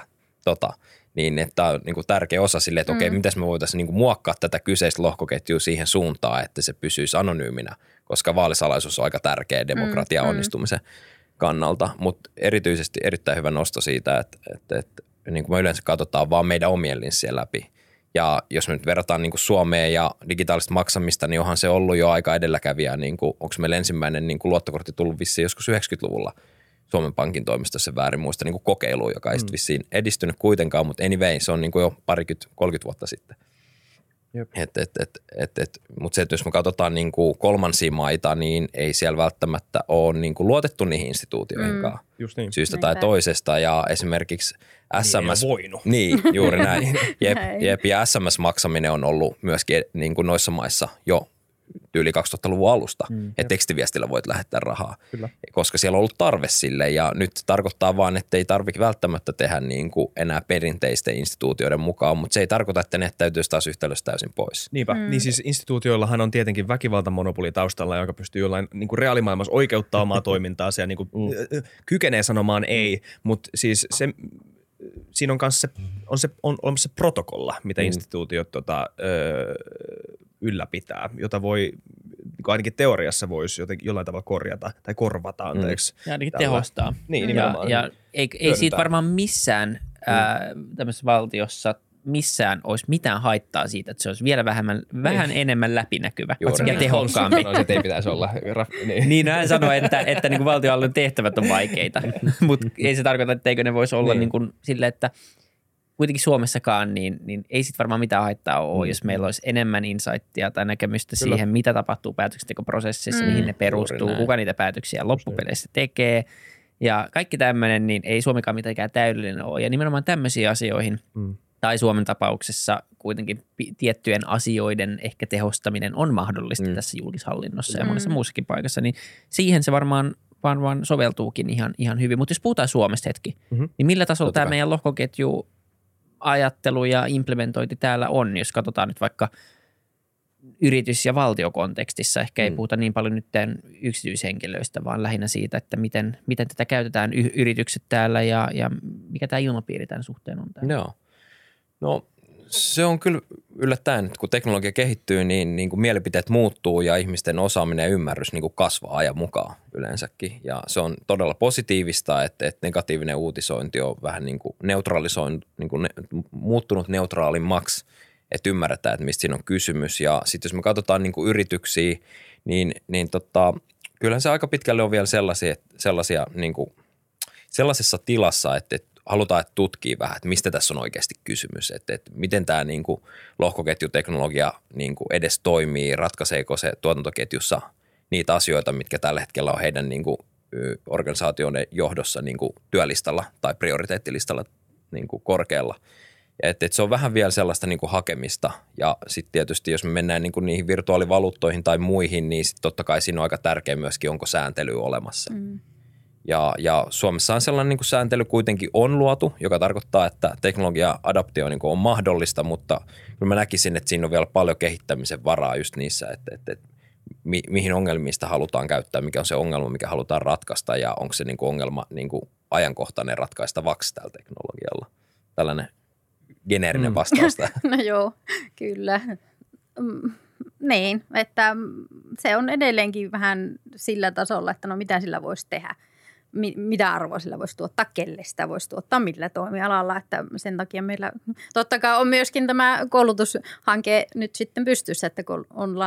niin että tämä on niinku tärkeä osa sille, että okei, miten me voitaisiin niinku muokkaa tätä kyseistä lohkoketjua siihen suuntaan, että se pysyisi anonyyminä, koska vaalisalaisuus on aika tärkeä demokratian onnistumisen kannalta. Mutta erityisesti erittäin hyvä nosto siitä, että niin kuin me yleensä katsotaan vaan meidän omien linssien läpi. Ja jos me nyt verrataan niin kuin Suomeen ja digitaalista maksamista, niin onhan se ollut jo aika edelläkävijä. Niin kuin, onko meillä ensimmäinen niin kuin luottokortti tullut vissiin joskus 90-luvulla Suomen Pankin toimesta, se väärin muista, niin kuin kokeilu, joka ei sitten vissiin edistynyt kuitenkaan, mutta anyway, se on niin kuin jo 30 vuotta sitten. Mutta se, että jos me katsotaan niin kuin kolmansia maita, niin ei siellä välttämättä ole niin kuin luotettu niihin instituutioihinkaan syystä tai toisesta. Ja esimerkiksi SMS... Niin, juuri näin. Ja SMS-maksaminen on ollut myöskin niin kuin noissa maissa jo yli 2000-luvun alusta, että tekstiviestillä voit lähettää rahaa, koska siellä on ollut tarve sille ja nyt tarkoittaa vaan, että ei tarvitse välttämättä tehdä niin kuin enää perinteisten instituutioiden mukaan, mutta se ei tarkoita, että ne täytyisi taas yhtälöstä täysin pois.
Niinpä, niin siis instituutioillahan on tietenkin väkivaltamonopoli taustalla, joka pystyy jollain niin kuin reaalimaailmassa oikeuttaa omaa toimintaansa ja niin kuin, kykenee sanomaan ei, mutta siis se... Siinä on kanssa on olemassa se protokolla, mitä instituutiot ylläpitää, jota voi ainakin teoriassa voisi jollain tavalla korjata tai korvata, anteeksi.
Ja ainakin tehostaa.
Niin, nimenomaan.
Ja ei siitä varmaan missään tämmöisessä valtiossa missään olisi mitään haittaa siitä, että se olisi vielä vähän enemmän läpinäkyvä ja tehokkaampi.
Sanoisin, että ei pitäisi olla.
Niin, hän sanoi, että niin kuin valtionhallinnon tehtävät on vaikeita, mutta ei se tarkoita, etteikö ne voisi olla niin kuin sille, että kuitenkin Suomessakaan, niin ei sitten varmaan mitään haittaa ole, jos meillä olisi enemmän insightia tai näkemystä siihen, mitä tapahtuu päätöksentekoprosessissa, mihin ne perustuu, kuka niitä päätöksiä loppupeleissä tekee. Ja kaikki tämmöinen, niin ei Suomikaan mitenkään täydellinen ole. Ja nimenomaan tämmöisiin asioihin, tai Suomen tapauksessa kuitenkin tiettyjen asioiden ehkä tehostaminen on mahdollista tässä julkishallinnossa ja monessa muussakin paikassa, niin siihen se varmaan soveltuukin ihan hyvin. Mutta jos puhutaan Suomesta hetki, niin millä tasolla tämä meidän lohkoketju ajattelu ja implementointi täällä on, jos katsotaan nyt vaikka yritys- ja valtiokontekstissa. Ehkä ei puhuta niin paljon nyt yksityishenkilöistä, vaan lähinnä siitä, että miten tätä käytetään yritykset täällä ja mikä tämä ilmapiiri tämän suhteen on täällä.
Joo. No se on kyllä yllättäen, että kun teknologia kehittyy, niin kuin mielipiteet muuttuu ja ihmisten osaaminen ja ymmärrys niin kuin kasvaa ajan mukaan yleensäkin. Ja se on todella positiivista, että negatiivinen uutisointi on vähän niin kuin muuttunut neutraalimmaksi, että ymmärretään, että mistä siinä on kysymys. Ja sitten jos me katsotaan niin kuin yrityksiä, niin kyllähän se aika pitkälle on vielä sellaisia niin kuin, sellaisessa tilassa, että halutaan, että tutkii vähän, että mistä tässä on oikeasti kysymys, että miten tämä niin kuin lohkoketjuteknologia niin kuin edes toimii, ratkaiseeko se tuotantoketjussa niitä asioita, mitkä tällä hetkellä on heidän niin kuin organisaatioiden johdossa niin kuin työlistalla tai prioriteettilistalla niin kuin korkealla. Että se on vähän vielä sellaista niin kuin hakemista ja sitten tietysti jos me mennään niin kuin niihin virtuaalivaluuttoihin tai muihin, niin sitten totta kai siinä on aika tärkeä myöskin, onko sääntely olemassa. Ja Suomessa on sellainen niin kuin sääntely kuitenkin on luotu, joka tarkoittaa, että teknologia-adaptio niin kuin on mahdollista, mutta kyllä mä näkisin, että siinä on vielä paljon kehittämisen varaa just niissä, että mihin ongelmiin sitä halutaan käyttää, mikä on se ongelma, mikä halutaan ratkaista ja onko se niin kuin ongelma niin kuin ajankohtainen ratkaistavaksi tällä teknologialla. Tällainen geneerinen vastaus tähän.
No joo, kyllä. Niin, että se on edelleenkin vähän sillä tasolla, että no mitä sillä voisi tehdä. Mitä arvoa sillä voisi tuottaa, kelle sitä voisi tuottaa, millä toimialalla, että sen takia meillä totta kai on myöskin tämä koulutushanke nyt sitten pystyssä, että kun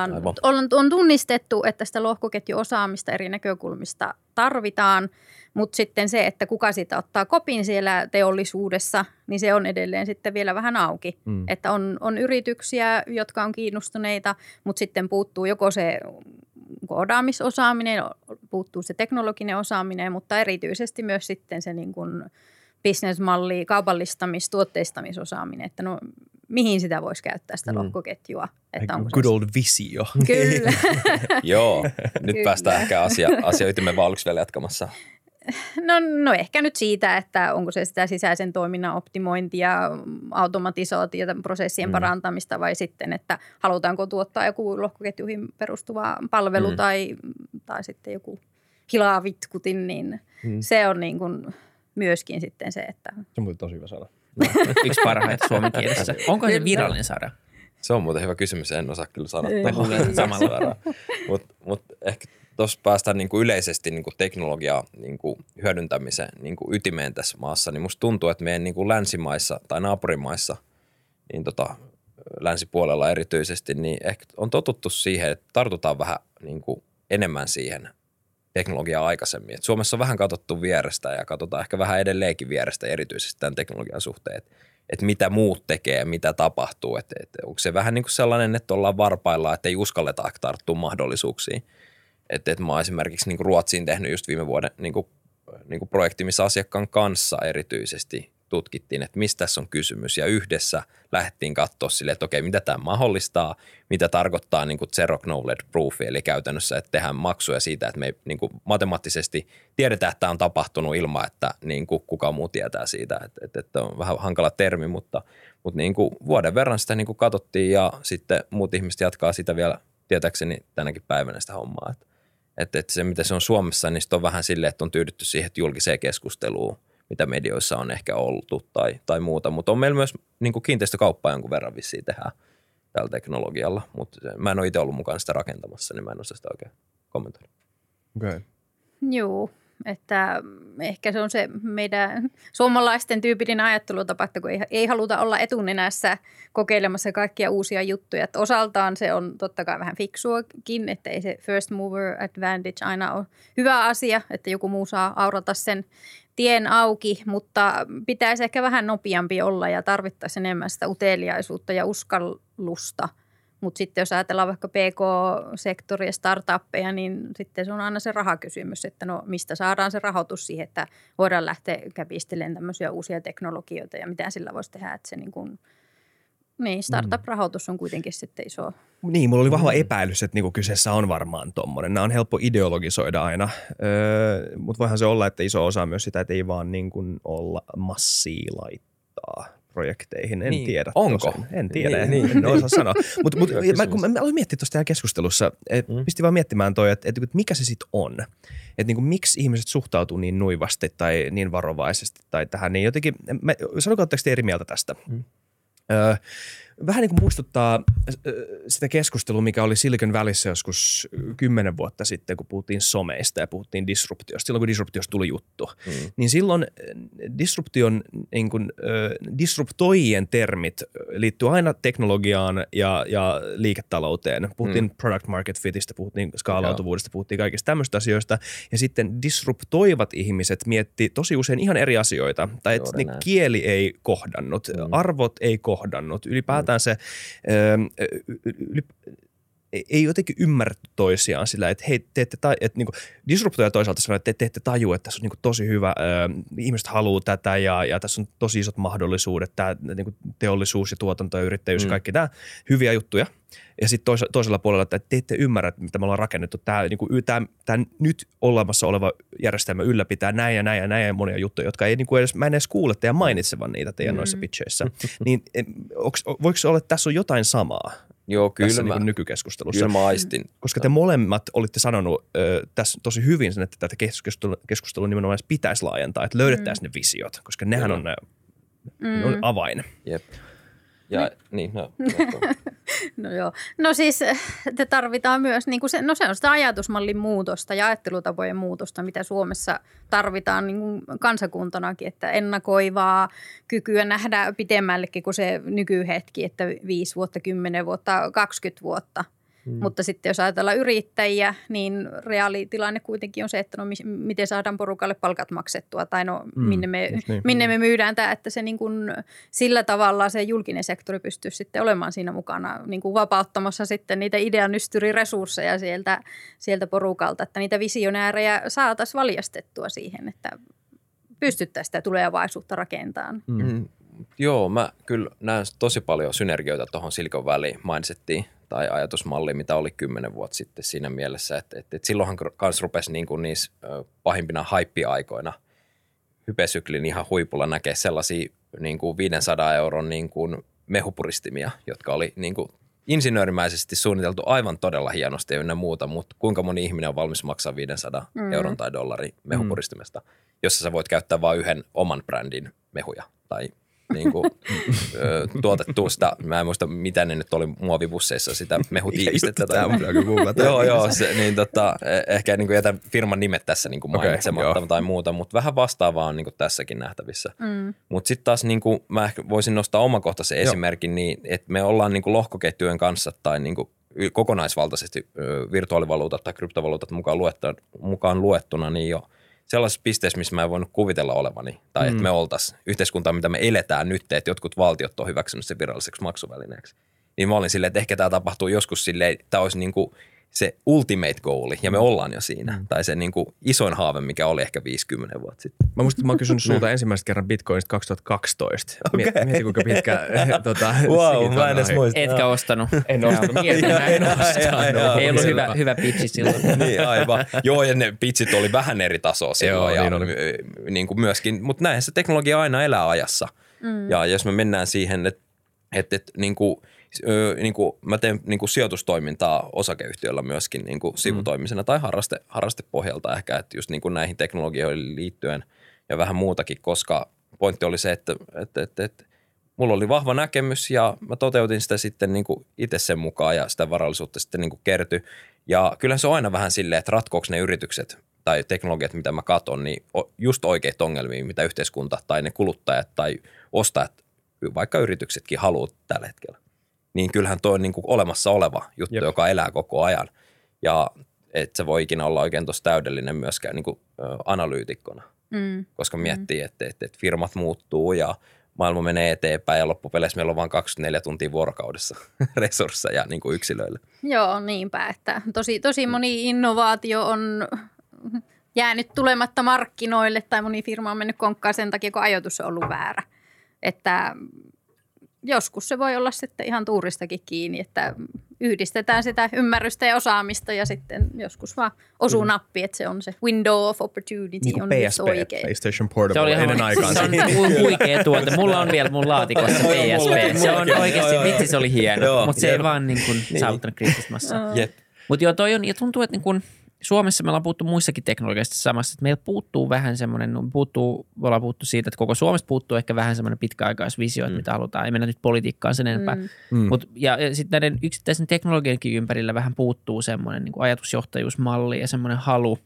on tunnistettu, että sitä lohkoketjuosaamista eri näkökulmista tarvitaan, mutta sitten se, että kuka sitä ottaa kopin siellä teollisuudessa, niin se on edelleen sitten vielä vähän auki, että on yrityksiä, jotka on kiinnostuneita, mutta sitten puuttuu joko se koodaamisosaaminen, puuttuu se teknologinen osaaminen, mutta erityisesti myös sitten se niin kuin businessmalli, kaupallistamis-, tuotteistamisosaamiosaaminen, että no mihin sitä voisi käyttää sitä lohkoketjua. Että onko
good old visio.
Kyllä.
Joo, nyt päästään ehkä asia ytimeen, vaan oliko vielä jatkamassa?
No ehkä nyt siitä, että onko se sitä sisäisen toiminnan optimointia, automatisointia, prosessien parantamista vai sitten, että halutaanko tuottaa joku lohkoketjuihin perustuva palvelu tai sitten joku hilavitkutin, niin se on niin kuin myöskin sitten se, että...
Se on muuten tosi hyvä sana.
Yksi parhaita suomen kielessä. Onko se virallinen sana?
Se on muuten hyvä kysymys, en osaa kyllä sanoa samalla. Mutta ehkä tuossa päästään niin kuin yleisesti niin kuin teknologiaa niin kuin hyödyntämisen niin kuin ytimeen tässä maassa, niin musta tuntuu, että meidän niin kuin länsimaissa tai naapurimaissa, niin länsipuolella erityisesti, niin ehkä on totuttu siihen, että tartutaan vähän niin kuin enemmän siihen teknologiaa aikaisemmin. Et Suomessa on vähän katsottu vierestä ja katsotaan ehkä vähän edelleenkin vierestä erityisesti tämän teknologian suhteen, että mitä muut tekee ja mitä tapahtuu. Että onko se vähän niin kuin sellainen, että ollaan varpaillaan, että ei uskalleta tarttua mahdollisuuksiin. Että mä oon esimerkiksi niin kuin Ruotsiin tehnyt just viime vuoden niin kuin projekti, missä asiakkaan kanssa erityisesti tutkittiin, että mistä tässä on kysymys. Ja yhdessä lähdettiin katsoa silleen, että okei, mitä tämä mahdollistaa, mitä tarkoittaa niin kuin zero knowledge proof, eli käytännössä, että tehdään maksuja siitä, että me niin kuin matemaattisesti tiedetään, että tämä on tapahtunut ilman, että niin kuin kukaan muu tietää siitä. Että on vähän hankala termi, mutta niin kuin vuoden verran sitä niin kuin katsottiin ja sitten muut ihmiset jatkaa sitä vielä tietääkseni tänäkin päivänä sitä hommaa. Että se, mitä se on Suomessa, niin on vähän silleen, että on tyydytty siihen, että julkiseen keskusteluun, mitä medioissa on ehkä oltu tai muuta. Mutta on meillä myös niin kuin kiinteistökauppaa jonkun verran vissiin tehdään tällä teknologialla. Mutta mä en ole itse ollut mukana sitä rakentamassa, niin mä en osaa sitä oikein kommentoida.
Okay.
Joo, Että ehkä se on se meidän suomalaisten tyypillinen ajattelutapa, että kun ei haluta olla etunenässä kokeilemassa kaikkia uusia juttuja. Että osaltaan se on totta kai vähän fiksuakin, että ei se first mover advantage aina ole hyvä asia, että joku muu saa aurata sen tien auki, mutta pitäisi ehkä vähän nopeampi olla ja tarvittaisiin enemmän sitä uteliaisuutta ja uskallusta. Mutta sitten jos ajatellaan vaikka PK-sektoria, startuppeja, niin sitten se on aina se rahakysymys, että no mistä saadaan se rahoitus siihen, että voidaan lähteä käpistelemään tämmöisiä uusia teknologioita ja mitä sillä voisi tehdä, että se niin startup-rahoitus on kuitenkin sitten iso.
Niin, mulla oli vahva epäilys, että niinku kyseessä on varmaan tommoinen. Nämä on helppo ideologisoida aina, mutta voihan se olla, että iso osa myös sitä, että ei vaan niin kuin olla massia laittaa projekteihin. En tiedä.
Onko?
En tiedä, en osaa sanoa. Mutta mä aloin miettiä tuossa keskustelussa, pistin vaan miettimään toi, että mikä se sitten on. Että niinku, miksi ihmiset suhtautuu niin nuivasti tai niin varovaisesti tai tähän. Niin jotenkin, sanokaa, oletteko te eri mieltä tästä? Vähän niin kuin muistuttaa sitä keskustelua, mikä oli Silicon Valleyssä joskus 10 vuotta sitten, kun puhuttiin someista ja puhuttiin disruptiosta. Silloin kun disruptiosta tuli juttu, niin silloin niin kuin, disruptoijien termit liittyy aina teknologiaan ja liiketalouteen. Puhuttiin product market fitistä, puhuttiin skaalautuvuudesta, puhuttiin kaikista tämmöistä asioista. Ja sitten disruptoivat ihmiset mietti tosi usein ihan eri asioita. Tai että ne kieli ei kohdannut, arvot ei kohdannut, ylipäätään se ei jotenkin ymmärretty toisiaan sillä, että hei, että niinku, disruptoija toisaalta sanoo, että te ette tajua, että tässä on niinku tosi hyvä, ihmiset haluaa tätä ja tässä on tosi isot mahdollisuudet, tämä niinku teollisuus ja tuotanto ja yrittäjyys ja kaikki tämä, hyviä juttuja. Ja sitten toisella puolella, että te ette ymmärrä, mitä me ollaan rakennettu. Tämä nyt olemassa oleva järjestelmä ylläpitää näin ja monia juttuja, jotka ei niinku edes, mä en edes kuule teidän mainitsevan niitä teidän noissa pitcheissä. Niin voiko se olla, että tässä on jotain samaa?
Joo, kyllä
tässä niin nykykeskustelussa.
Kyllä mä aistin.
Koska te molemmat olitte sanonut tässä tosi hyvin sen, että tätä keskustelua nimenomaan pitäisi laajentaa, että löydettäisiin ne visiot, koska nehän on avain.
Jep. Ja niin,
No joo. No siis te tarvitaan myös, niin kuin se on sitä ajatusmallin muutosta ja ajattelutapojen muutosta, mitä Suomessa tarvitaan niin kuin kansakuntanakin, että ennakoivaa kykyä nähdä pitemmällekin kuin se nykyhetki, että 5 vuotta, 10 vuotta, 20 vuotta. Mutta sitten jos ajatellaan yrittäjiä, niin reaalitilanne kuitenkin on se, että no miten saadaan porukalle palkat maksettua tai no minne me myydään tämä, että se niin kuin sillä tavalla se julkinen sektori pystyy sitten olemaan siinä mukana niin kuin vapauttamassa sitten niitä ideanystyriresursseja sieltä porukalta, että niitä visionäärejä saataisiin valjastettua siihen, että pystyttäisiin sitä tulevaisuutta rakentamaan.
Joo, mä kyllä näen tosi paljon synergioita tuohon Silicon Valley mindsettiin tai ajatusmalli, mitä oli 10 vuotta sitten siinä mielessä, että silloinhan kans rupesi niin kuin niissä pahimpina haippi-aikoina hypesyklin ihan huipulla näkee sellaisia niin kuin 500 euron niin kuin mehupuristimia, jotka oli niin kuin insinöörimäisesti suunniteltu aivan todella hienosti ja ynnä muuta, mutta kuinka moni ihminen on valmis maksaa 500 euron tai dollarin mehupuristimesta, jossa sä voit käyttää vain yhden oman brändin mehuja tai niin kuin, tuotettu sitä, mä en muista mitä ne nyt oli muovibusseissa sitä mehutiivistettä. Joo, se, niin ehkä niin kuin jätän firman nimet tässä niin kuin mainitsematta tai muuta, mutta vähän vastaavaa on niin kuin tässäkin nähtävissä. Mutta sitten taas niin kuin, mä ehkä voisin nostaa omakohtaisen esimerkin, niin, että me ollaan niin kuin lohkoketjujen kanssa tai niin kuin kokonaisvaltaisesti virtuaalivaluutat tai kryptovaluutat mukaan luettuna, niin jo sellaisessa pisteessä, missä mä en voinut kuvitella olevani, tai että me oltaisiin yhteiskuntaa, mitä me eletään nyt, että jotkut valtiot on hyväksynyt sen viralliseksi maksuvälineeksi. Niin mä olin silleen, että ehkä tämä tapahtuu joskus silleen, tämä olisi niin kuin se ultimate goali, ja me ollaan jo siinä. Tai se niin kuin isoin haave, mikä oli ehkä 50 vuotta sitten.
Mä muistin, että mä oon kysynyt sulta ensimmäistä kerran Bitcoinista 2012. Mieti, kuinka pitkä
wow, mä en edes muista.
Etkä ostanut.
En ostanut.
Ei ollut hyvä pitchi silloin.
Niin, aivan. Joo, ja ne pitchit oli vähän eri tasoa silloin. Joo, ja niin kuin myöskin, mutta näin se teknologia aina elää ajassa. Ja jos me mennään siihen, että niin kuin mä teen niin kuin sijoitustoimintaa osakeyhtiöllä myöskin niin kuin sivutoimisena tai harrastepohjalta ehkä, että just niin kuin näihin teknologioihin liittyen ja vähän muutakin, koska pointti oli se, että mulla oli vahva näkemys ja mä toteutin sitä sitten niin kuin itse sen mukaan ja sitä varallisuutta sitten niin kuin kertyi. Ja kyllähän se on aina vähän silleen, että ratkoako ne yritykset tai teknologiat, mitä mä katson, niin just oikeita ongelmia, mitä yhteiskunta tai ne kuluttajat tai ostajat, vaikka yrityksetkin haluaa tällä hetkellä. Niin kyllähän toi on niin kuin olemassa oleva juttu, joka elää koko ajan. Ja et se voi ikinä olla oikein tuossa täydellinen myöskään niin kuin analyytikkona, koska miettii, että firmat muuttuu ja maailma menee eteenpäin ja loppupeleissä meillä on vain 24 tuntia vuorokaudessa resursseja niin kuin yksilöille.
Joo, niinpä, että tosi moni innovaatio on jäänyt tulematta markkinoille tai moni firma on mennyt konkkaan sen takia, kun ajoitus on ollut väärä. Että joskus se voi olla sitten ihan tuuristakin kiinni, että yhdistetään sitä ymmärrystä ja osaamista ja sitten joskus vaan osuu nappi, että se on se window of opportunity
niin
on
PSP,
oikein.
PlayStation Portable,
se oli
ennen aikaansa.
Se on huikea tuote. Mulla on vielä mun laatikossa PSP. Se on oikeasti, vitsi se oli hieno, mutta se ei vaan niin kuin saavuttanut kriittistä massaa. Mutta joo, toi on, ja tuntuu, että niin kuin Suomessa me ollaan puhuttu muissakin teknologiasta samassa, että meillä puuttuu vähän semmoinen, me ollaan puhuttu siitä, että koko Suomesta puuttuu ehkä vähän semmoinen pitkäaikaisvisio, että mitä halutaan. Ei mennä nyt politiikkaan sen enempää. Ja sitten näiden yksittäisen teknologiankin ympärillä vähän puuttuu semmoinen niin kuin ajatusjohtajuusmalli ja semmoinen halu,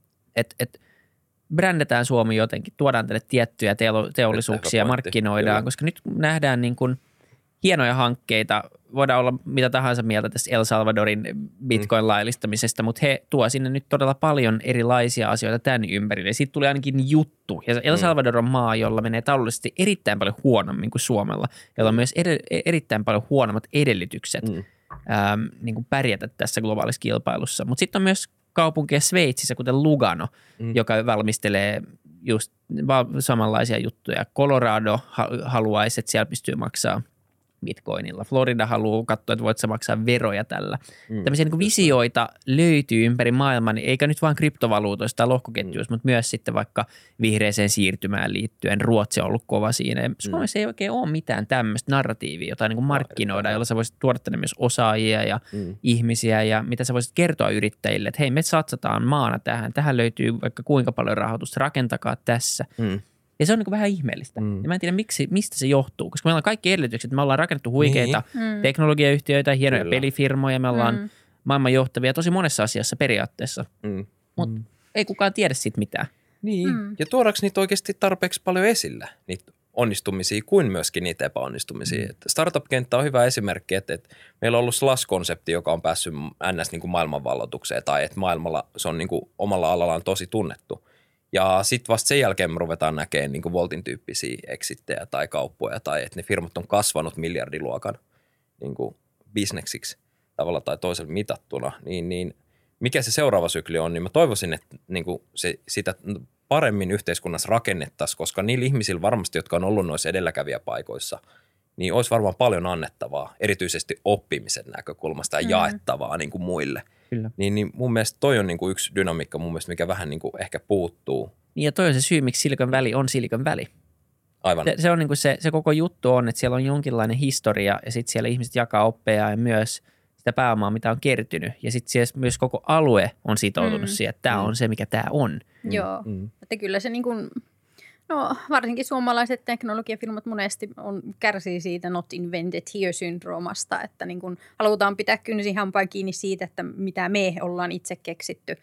että brändetään Suomi jotenkin, tuodaan tälle tiettyjä teollisuuksia, markkinoidaan, koska nyt nähdään niin kuin hienoja hankkeita. Voidaan olla mitä tahansa mieltä tästä El Salvadorin Bitcoin-laillistamisesta, mutta he tuo sinne nyt todella paljon erilaisia asioita tämän ympärille. Siitä tuli ainakin juttu. Ja El Salvador on maa, jolla menee taloudellisesti erittäin paljon huonommin kuin Suomella, jolla on myös erittäin paljon huonommat edellytykset niin kuin pärjätä tässä globaalissa kilpailussa. Mutta sitten on myös kaupunkeja Sveitsissä, kuten Lugano, joka valmistelee just samanlaisia juttuja. Colorado haluaisi, että siellä pystyy maksaa bitcoinilla. Florida haluaa katsoa, että voit sä maksaa veroja tällä. Tämmöisiä niin visioita löytyy ympäri maailman, eikä nyt vain kryptovaluutoista tai lohkoketjuista, mutta myös sitten vaikka vihreäseen siirtymään liittyen. Ruotsi on ollut kova siinä. Ja Suomessa ei oikein ole mitään tämmöistä narratiivia, jota niin kuin markkinoida, jolla sä voisit tuoda tänne myös osaajia ja ihmisiä ja mitä sä voisit kertoa yrittäjille, että hei, me satsataan maana tähän. Tähän löytyy vaikka kuinka paljon rahoitusta, rakentakaa tässä. Ja se on niin kuin vähän ihmeellistä. Ja mä en tiedä, mistä se johtuu, koska meillä on kaikki edellytykset. Me ollaan rakennettu huikeita teknologiayhtiöitä, hienoja pelifirmoja, me ollaan maailman johtavia tosi monessa asiassa periaatteessa. Mutta ei kukaan tiedä siitä mitään.
Niin, ja tuodaanko niitä oikeasti tarpeeksi paljon esillä, niitä onnistumisia kuin myöskin niitä epäonnistumisia. Startup-kenttä on hyvä esimerkki, että meillä on ollut Slash-konsepti, joka on päässyt ns. Niin kuin maailmanvalloitukseen, tai että maailmalla se on niin kuin omalla alallaan tosi tunnettu. Ja sitten vasta sen jälkeen me ruvetaan näkemään niin kuin Voltin tyyppisiä exittejä tai kauppoja, tai että ne firmat on kasvanut miljardiluokan niin kuin bisneksiksi tavalla tai toisella mitattuna, niin mikä se seuraava sykli on, niin mä toivoisin, että niin kuin sitä paremmin yhteiskunnassa rakennettaisiin, koska niillä ihmisillä varmasti, jotka on ollut noissa edelläkävijäpaikoissa, niin olisi varmaan paljon annettavaa, erityisesti oppimisen näkökulmasta ja jaettavaa niin kuin muille. Niin mun mielestä toi on niin kuin yksi dynamiikka mun mielestä, mikä vähän niin kuin ehkä puuttuu.
Niin ja toi on se syy, miksi Silicon Valley on Silicon Valley.
Aivan.
Se on niin kuin se koko juttu on, että siellä on jonkinlainen historia ja sitten siellä ihmiset jakaa oppeja ja myös sitä pääomaa, mitä on kertynyt. Ja sitten siellä myös koko alue on sitoutunut siihen, että tämä on se, mikä tämä on.
Joo, että kyllä se niin kuin, no varsinkin suomalaiset teknologiafirmat monesti kärsii siitä not invented here -syndroomasta, että niin kuin halutaan pitää kynsin hampain kiinni siitä, että mitä me ollaan itse keksitty.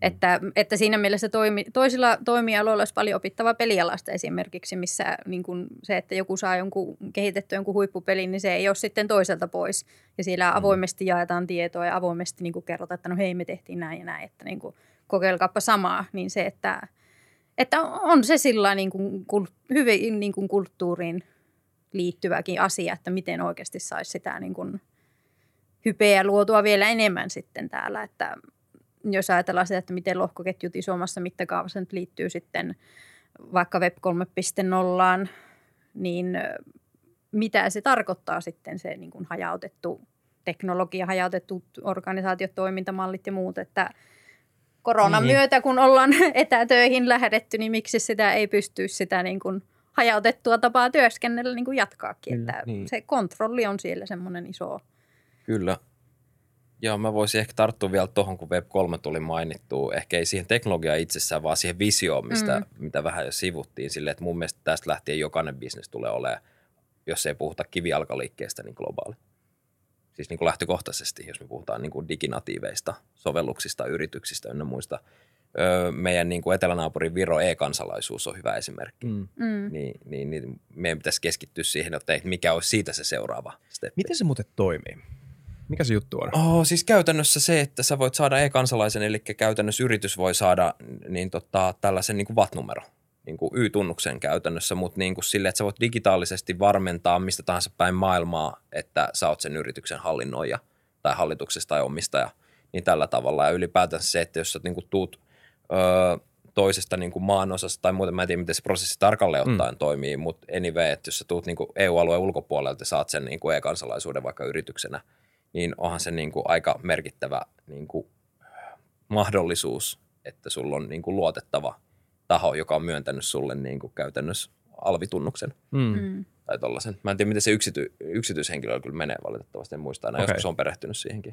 Että siinä mielessä toisilla toimialoilla olisi paljon opittavaa pelialasta esimerkiksi, missä niin kuin se, että joku saa kehitettyä jonkun huippupelin, niin se ei ole sitten toiselta pois. Ja siellä avoimesti jaetaan tietoa ja avoimesti niin kuin kerrotaan, että no hei, me tehtiin näin ja näin, että niin kuin kokeilkaappa samaa, niin se, että on se sillä niin kuin hyvin niin kuin kulttuuriin liittyväkin asia, että miten oikeasti saisi sitä niin kuin hypeä luotua vielä enemmän sitten täällä. Että jos ajatellaan sitä, että miten lohkoketjut isommassa mittakaavassa nyt liittyy sitten vaikka Web 3.0, niin mitä se tarkoittaa sitten se niin kuin hajautettu teknologia, hajautettu organisaatiot, toimintamallit ja muut, että koronan myötä, kun ollaan etätöihin lähdetty, niin miksi sitä ei pysty sitä niin kuin hajautettua tapaa työskennellä niin kuin jatkaakin. Että se kontrolli on siellä semmoinen iso.
Kyllä. Joo, mä voisin ehkä tarttua vielä tuohon, kun Web 3 tuli mainittua. Ehkä ei siihen teknologiaan itsessään, vaan siihen visioon, mitä vähän jo sivuttiin. Silleen, että mun mielestä tästä lähtien jokainen bisnes tulee olemaan, jos ei puhuta kivijalkaliikkeestä, niin globaali. Siis niin kuin lähtökohtaisesti, jos me puhutaan niin kuin diginatiiveista, sovelluksista, yrityksistä ynnä muista meidän niin kuin etelänaapurin Viro e-kansalaisuus on hyvä esimerkki. Niin meidän pitäisi keskittyä siihen, että mikä olisi siitä se seuraava steppi.
Miten se muuten toimii? Mikä se juttu on?
Siis käytännössä se, että sä voit saada e-kansalaisen, eli käytännössä yritys voi saada niin tällaisen niin kuin VAT-numero, niin kuin Y-tunnuksen käytännössä, mutta niin kuin sille, että sä voit digitaalisesti varmentaa mistä tahansa päin maailmaa, että sä oot sen yrityksen hallinnoija tai hallituksesta tai omistaja, niin tällä tavalla. Ja ylipäätään se, että jos sä niin kuin tuut toisesta niin kuin maanosasta tai muuten, mä en tiedä, miten se prosessi tarkalleen ottaen toimii, mutta anyway, että jos sä tuut niin kuin EU-alueen ulkopuolelta ja saat sen niin kuin e-kansalaisuuden vaikka yrityksenä, niin onhan se niin kuin aika merkittävä niin kuin mahdollisuus, että sulla on niin kuin luotettava taho, joka on myöntänyt sulle niin kuin käytännössä alvitunnuksen tai tollaisen. Mä en tiedä, miten se yksityishenkilöllä kyllä menee valitettavasti, en muista enää. Joskus on perehtynyt siihenkin.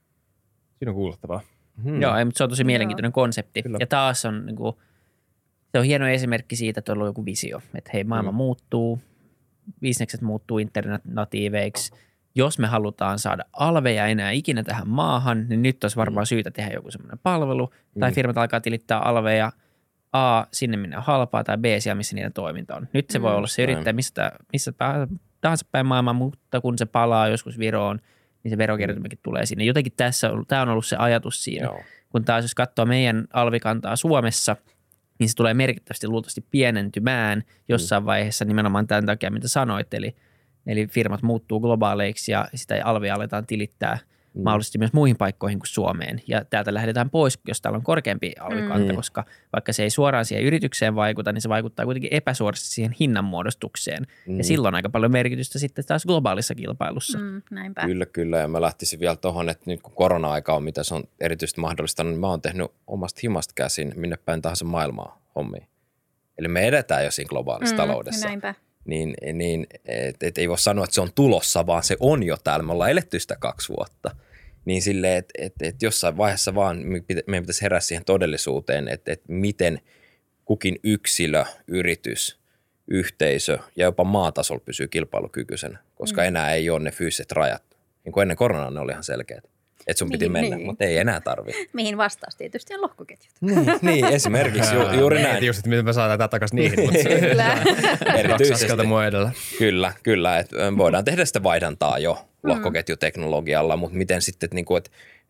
Siinä on kuulottavaa.
Joo, mutta se on tosi mielenkiintoinen konsepti. Kyllä. Ja taas on, niin kuin, se on hieno esimerkki siitä, että on ollut joku visio, että hei, maailma muuttuu, bisnekset muuttuu internetnatiiveiksi. Jos me halutaan saada alveja enää ikinä tähän maahan, niin nyt olisi varmaan syytä tehdä joku semmoinen palvelu. Tai firmat alkaa tilittää alveja A, sinne minne on halpaa, tai B, siellä missä niiden toiminta on. Nyt se voi olla se yrittäjä missä tahansa päin maailmaa, mutta kun se palaa joskus Viroon, niin se verokertymäkin tulee sinne. Jotenkin tämä on ollut se ajatus siinä. Joo. Kun taas jos katsoo meidän alvikantaa Suomessa, niin se tulee merkittävästi luultavasti pienentymään jossain vaiheessa nimenomaan tämän takia, mitä sanoit. Eli firmat muuttuu globaaleiksi ja sitä alvia aletaan tilittää mahdollisesti myös muihin paikkoihin kuin Suomeen. Ja täältä lähdetään pois, jos täällä on korkeampi alvikanta, koska vaikka se ei suoraan siihen yritykseen vaikuta, niin se vaikuttaa kuitenkin epäsuorasti siihen hinnanmuodostukseen. Ja silloin on aika paljon merkitystä sitten taas globaalissa kilpailussa.
Näinpä.
Kyllä. Ja mä lähtisin vielä tuohon, että nyt kun korona-aika on, mitä se on erityisesti mahdollista, niin mä oon tehnyt omasta himasta käsin minne päin tahansa maailmaa hommia. Eli me edetään jo siinä globaalissa taloudessa.
Näinpä.
Niin et ei voi sanoa, että se on tulossa, vaan se on jo täällä. Me ollaan eletty sitä 2 vuotta. Niin silleen, että jossain vaiheessa vaan meidän pitäisi herätä siihen todellisuuteen, että miten kukin yksilö, yritys, yhteisö ja jopa maatasolla pysyy kilpailukykyisenä, koska enää ei ole ne fyysiset rajat. Niin kuin ennen koronaa ne oli ihan selkeät. Että sun piti mennä, mutta ei enää tarvitse.
Mihin vastaus tietysti on lohkoketjut.
Niin esimerkiksi juuri näin.
Just, että miten me saadaan tätä takaisin niihin.
Kyllä.
Erityisesti.
Mua edellä.
Kyllä. Että voidaan tehdä sitä vaihdantaa jo lohkoketjuteknologialla, mutta miten sitten, että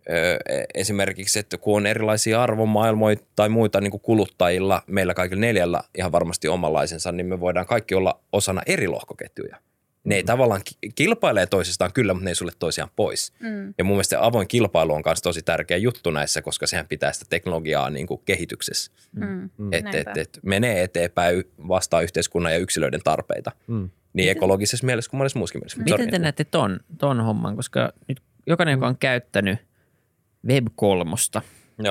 esimerkiksi, että kun on erilaisia arvomaailmoja tai muita niin kuin kuluttajilla, meillä kaikilla 4 ihan varmasti omanlaisensa, niin me voidaan kaikki olla osana eri lohkoketjuja. Ne ei tavallaan kilpailee toisistaan kyllä, mutta ne ei sulle toisiaan pois. Ja mun mielestä avoin kilpailu on myös tosi tärkeä juttu näissä, koska sehän pitää sitä teknologiaa niin kuin kehityksessä. Että menee eteenpäin vastaa yhteiskunnan ja yksilöiden tarpeita. Niin ekologisessa mielessä kuin monessa muussakin mielessä.
Miten te näette ton homman? Koska nyt jokainen, joka on käyttänyt Web3,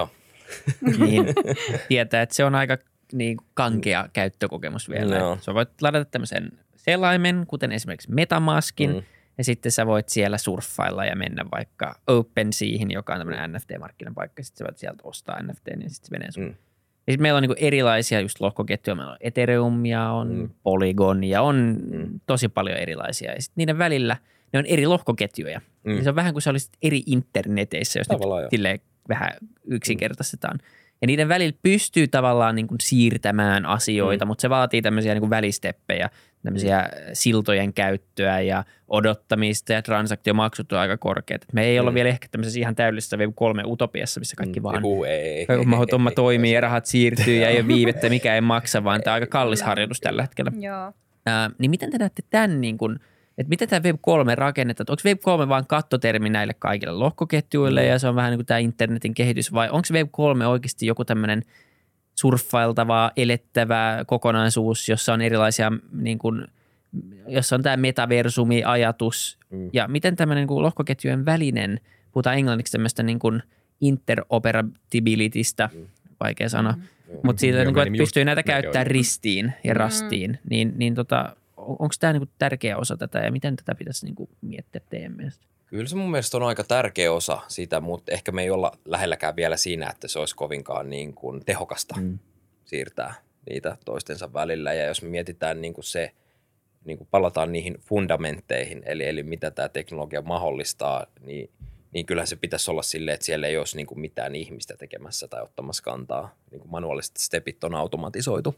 niin tietää, että se on aika niin kankea käyttökokemus vielä. Sä voit ladata tämmöisen selaimen, kuten esimerkiksi Metamaskin, ja sitten sä voit siellä surffailla ja mennä vaikka OpenSeahin, joka on tämmöinen NFT-markkinapaikka, sitten sä voit sieltä ostaa NFTn ja sitten se menee sun. Ja sitten meillä on niinku erilaisia just lohkoketjuja, meillä on Ethereumia, on Polygonia, on tosi paljon erilaisia, ja sitten niiden välillä ne on eri lohkoketjuja. Ja se on vähän kuin se olisi eri interneteissä, jos nyt vähän yksinkertaistetaan. Ja niiden välillä pystyy tavallaan niin kuin siirtämään asioita, mutta se vaatii tämmöisiä niin kuin välisteppejä, tämmöisiä siltojen käyttöä ja odottamista ja transaktiomaksut on aika korkeat. Me ei olla vielä ehkä tämmöisessä ihan täydellisessä Web3-utopiassa, missä kaikki vaan homma toimii ja rahat siirtyy ja ei ole viivettä, mikä ei maksa, vaan tämä on aika kallis harjoitus tällä hetkellä.
Joo.
Niin miten te näette tämän niin kuin, että miten tämä Web3 rakennetaan? Onko Web3 vaan kattotermi näille kaikille lohkoketjuille ja se on vähän niin kuin tämä internetin kehitys vai onko Web3 oikeasti joku tämmöinen surffailtava, elettävä kokonaisuus, jossa on erilaisia, niin kuin, jossa on tämä metaversumi-ajatus ja miten tämmöinen niin kuin lohkoketjujen välinen, puhutaan englanniksi tämmöistä niin kuin interoperabilitystä, vaikea sana, mutta siitä, niin kuin, että pystyy näitä käyttämään ristiin ja rastiin, niin onko tämä niinku tärkeä osa tätä ja miten tätä pitäisi niinku miettiä teidän mielestä?
Kyllä se mun mielestä on aika tärkeä osa sitä, mutta ehkä me ei olla lähelläkään vielä siinä, että se olisi kovinkaan niin kuin tehokasta siirtää niitä toistensa välillä. Ja jos me mietitään niin kuin se, niin kuin palataan niihin fundamentteihin, eli mitä tämä teknologia mahdollistaa, niin niin kyllähän se pitäisi olla silleen, että siellä ei olisi niin kuin mitään ihmistä tekemässä tai ottamassa kantaa. Niin kuin manuaaliset stepit on automatisoitu.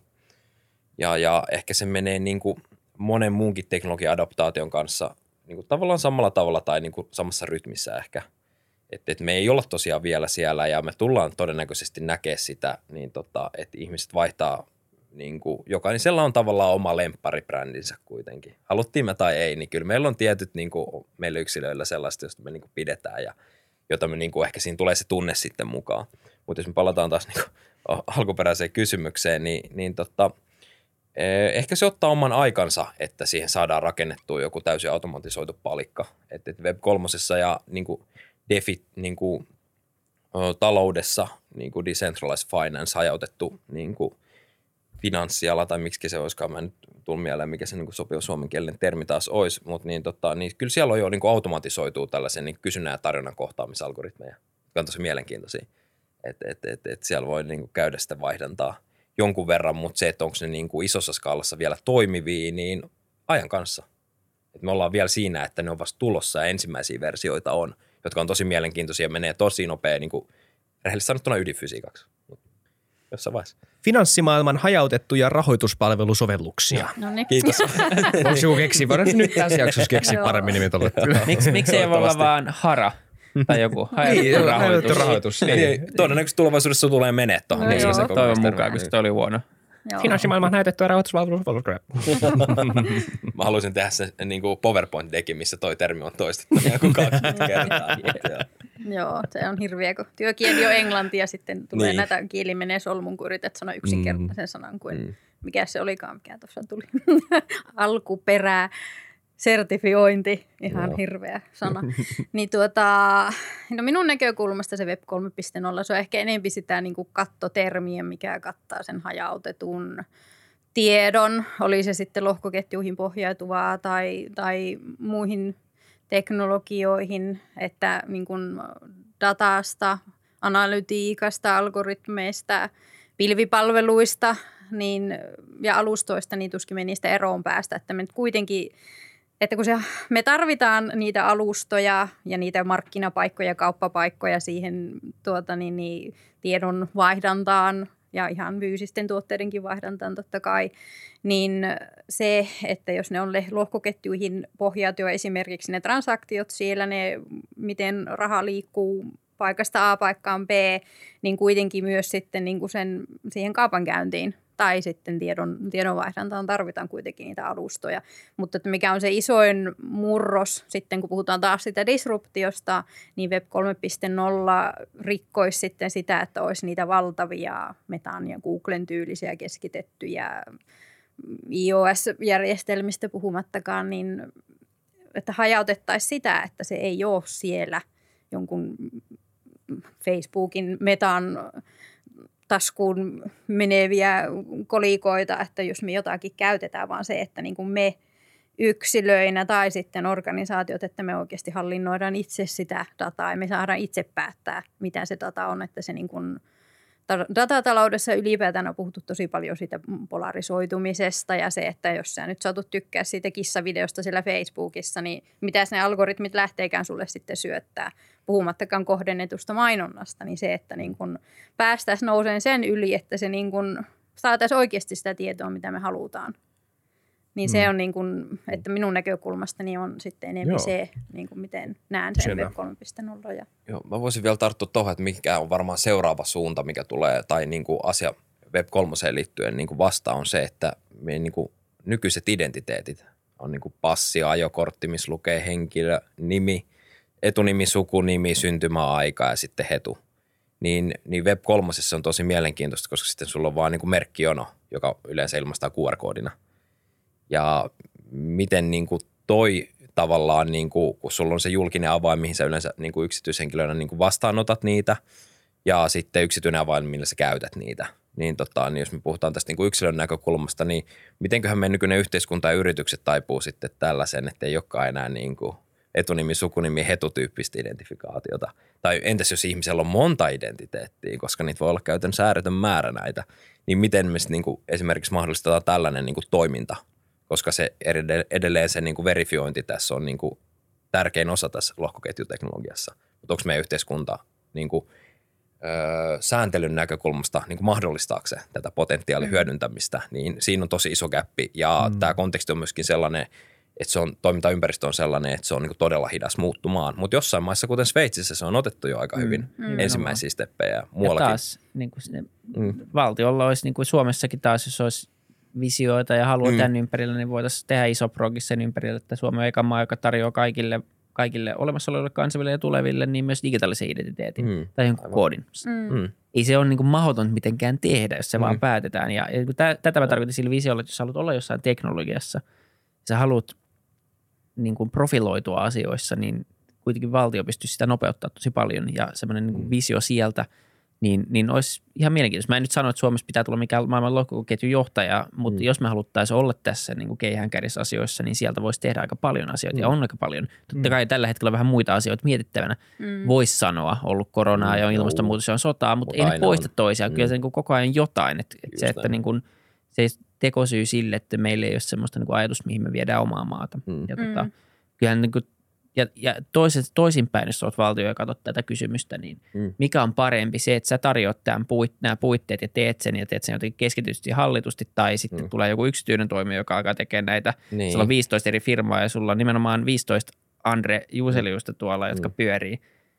Ja ehkä se menee niin kuin monen muunkin teknologia-adaptaation kanssa niin kuin tavallaan samalla tavalla tai niin kuin samassa rytmissä ehkä. Että me ei olla tosiaan vielä siellä ja me tullaan todennäköisesti näkemään sitä, niin että ihmiset vaihtaa, niin kuin, jokaisella on tavallaan oma lempparibrändinsä kuitenkin. Haluttiin me tai ei, niin kyllä meillä on tietyt niin kuin meillä yksilöillä sellaista, josta me niin kuin pidetään ja jota me niin kuin ehkä siinä tulee se tunne sitten mukaan. Mutta jos me palataan taas niin kuin alkuperäiseen kysymykseen, niin ehkä se ottaa oman aikansa, että siihen saadaan rakennettua joku täysin automatisoitu palikka. Että Web3 ja niin kuin niin kuin, taloudessa niin kuin decentralized finance, hajautettu niin kuin finanssiala, tai miksi se olisikaan, mä en nyt tullut mieleen, mikä se niin kuin sopiva suomenkielinen termi taas olisi, mutta niin, niin kyllä siellä on jo niin kuin automatisoituu tällaisen niin kysynnän ja tarjonnan kohtaamisalgoritmeja, jotka on tosi mielenkiintoisia. Että siellä voi niin kuin käydä sitä vaihdantaa jonkun verran, mutta se, että onko ne niin kuin isossa skaalassa vielä toimivia, niin ajan kanssa. Et me ollaan vielä siinä, että ne on vasta tulossa ja ensimmäisiä versioita on, jotka on tosi mielenkiintoisia ja menee tosi nopea, niin kuin rehellisesti sanottuna ydinfysiikaksi. Jossain vaiheessa.
Finanssimaailman hajautettuja rahoituspalvelusovelluksia.
No niin.
Kiitos.
Voiko joku keksiä? Voidaan nyt tässä jaksossa keksiä paremmin nimet olla.
Miksi ei voi olla vaan hara tai joku hajautettu rahoitus?
Todennäköisesti tulevaisuudessa tulee menee tuohon.
No
Toivon mukaan, koska se oli huono.
Finanssimaailman hajautettuja rahoituspalvelusovelluksia.
Mä haluaisin tehdä se niin kuin PowerPoint-dekin, missä toi termi on toistettu joku 20 kertaa.
Joo, se on hirveä, kun työkieli on englanti ja sitten tulee
Niin.
näitä kieli menee solmuun, kun yrität sanoa yksinkertaisen sanan kuin mikä se olikaan, mikä tuossa tuli. Alkuperää, sertifiointi, ihan hirveä sana. Niin no minun näkökulmasta se Web 3.0, se on ehkä enemmän sitä niin kuin kattotermiä, mikä kattaa sen hajautetun tiedon, oli se sitten lohkoketjuihin pohjautuvaa tai muihin teknologioihin, että niin kuin datasta, analytiikasta, algoritmeista, pilvipalveluista niin, ja alustoista, niin tuskin me niistä eroon päästä. Että me nyt kuitenkin, että kun me tarvitaan niitä alustoja ja niitä markkinapaikkoja, kauppapaikkoja siihen tiedon vaihdantaan ja ihan fyysisten tuotteidenkin vaihdantaan totta kai, niin se, että jos ne on lohkoketjuihin pohjautuva esimerkiksi ne transaktiot siellä, ne miten raha liikkuu paikasta A paikkaan B, niin kuitenkin myös sitten niin kuin siihen kaupankäyntiin tai sitten tiedonvaihdantaan tarvitaan kuitenkin niitä alustoja. Mutta että mikä on se isoin murros sitten, kun puhutaan taas sitä disruptiosta, niin Web 3.0 rikkoisi sitten sitä, että olisi niitä valtavia Metan ja Googlen tyylisiä keskitettyjä iOS-järjestelmistä puhumattakaan, niin että hajautettaisiin sitä, että se ei ole siellä jonkun Facebookin, Metan taskuun meneviä kolikoita, että jos me jotakin käytetään, vaan se, että niin kuin me yksilöinä tai sitten organisaatiot, että me oikeasti hallinnoidaan itse sitä dataa ja me saadaan itse päättää, mitä se data on, että se niin kuin datataloudessa ylipäätään on puhuttu tosi paljon siitä polarisoitumisesta ja se, että jos sä nyt saatut tykkää siitä kissavideosta siellä Facebookissa, niin mitäs ne algoritmit lähteekään sulle sitten syöttää, puhumattakaan kohdennetusta mainonnasta, niin se, että niin kun päästäisiin nouseen sen yli, että se niin kun saataisiin oikeasti sitä tietoa, mitä me halutaan. Niin se on niin kuin, että minun näkökulmastani on sitten enemmän se, niin kuin miten näen sen Web 3.0.
Joo, mä voisin vielä tarttua tuohon, että mikä on varmaan seuraava suunta, mikä tulee, tai niin kuin asia Web 3 liittyen niin kuin vasta on se, että meidän niin kuin nykyiset identiteetit on niin kuin passi, ajokortti, missä lukee henkilö, nimi, etunimi, sukunimi, syntymäaika ja sitten hetu. Niin Web 3 on tosi mielenkiintoista, koska sitten sulla on vaan niin kuin merkkijono, joka yleensä ilmaistaan QR-koodina. Ja miten niin kuin toi tavallaan, niin kuin, kun sulla on se julkinen avain, mihin sä yleensä niin kuin yksityishenkilönä niin kuin vastaanotat niitä, ja sitten yksityinen avain, millä sä käytät niitä. Niin, niin jos me puhutaan tästä niin kuin yksilön näkökulmasta, niin mitenköhän meidän nykyinen yhteiskunta ja yritykset taipuu sitten tällaisen, että ei olekaan enää niin kuin etunimi, sukunimi, hetutyyppistä identifikaatiota. Tai entäs jos ihmisellä on monta identiteettiä, koska niitä voi olla käytännössä ääretön määrä näitä, niin miten me niin kuin esimerkiksi mahdollistetaan tällainen niin kuin toiminta, koska se edelleen se niin kuin verifiointi tässä on niin kuin tärkein osa tässä lohkoketjuteknologiassa. mutta onko meidän yhteiskunta niin kuin, sääntelyn näkökulmasta niin kuin mahdollistaako se tätä potentiaalin hyödyntämistä, niin siinä on tosi iso gäppi. Ja tämä konteksti on myöskin sellainen, että toimintaympäristö on sellainen, että se on niin kuin todella hidas muuttumaan. Mutta jossain maissa, kuten Sveitsissä, se on otettu jo aika hyvin ensimmäisiä steppejä muuallakin.
Ja taas niin kuin valtiolla olisi, niin kuin Suomessakin taas, jos olisi visioita ja halua tämän ympärillä, niin voitaisiin tehdä iso progis sen ympärillä, että Suomi on eka maa, joka tarjoaa kaikille olemassa oleville kansaville ja tuleville niin myös digitaalisen identiteetin tai jonkun koodin. Ei se ole niin kuin mahdotonta mitenkään tehdä, jos se vaan päätetään. Ja tätä mä tarkoitan sillä visiolla, että jos haluat olla jossain teknologiassa, sä haluat niin kuin profiloitua asioissa, niin kuitenkin valtio pystyy sitä nopeuttaa tosi paljon ja semmoinen niin kuin visio sieltä, niin olisi ihan mielenkiintoista. Mä en nyt sano, että Suomessa pitää tulla mikään maailman lohkoketjun johtaja, mutta jos me haluttaisiin olla tässä niin kuin keihäänkärjessä asioissa, niin sieltä voisi tehdä aika paljon asioita ja on aika paljon. Totta kai tällä hetkellä on vähän muita asioita mietittävänä. Voisi sanoa, ollut koronaa ja on ilmastonmuutos ja on sotaa, mutta ei ne poista toisiaan. Kyllä se niin kuin koko ajan jotain. Että se, että niin kuin, se tekosyy sille, että meillä ei ole semmoista niin kuin ajatus, mihin me viedään omaa maata. Ja kyllähän niin kuin ja toisinpäin, jos olet valtio ja katsot tätä kysymystä, niin mikä on parempi se, että sä tarjoat nämä puitteet ja teet sen jotenkin keskitysti hallitusti, tai sitten tulee joku yksityinen toimija, joka alkaa tekemään näitä. Niin. Sulla on 15 eri firmaa ja sulla on nimenomaan 15 Andre Juuseliusta tuolla, jotka pyörii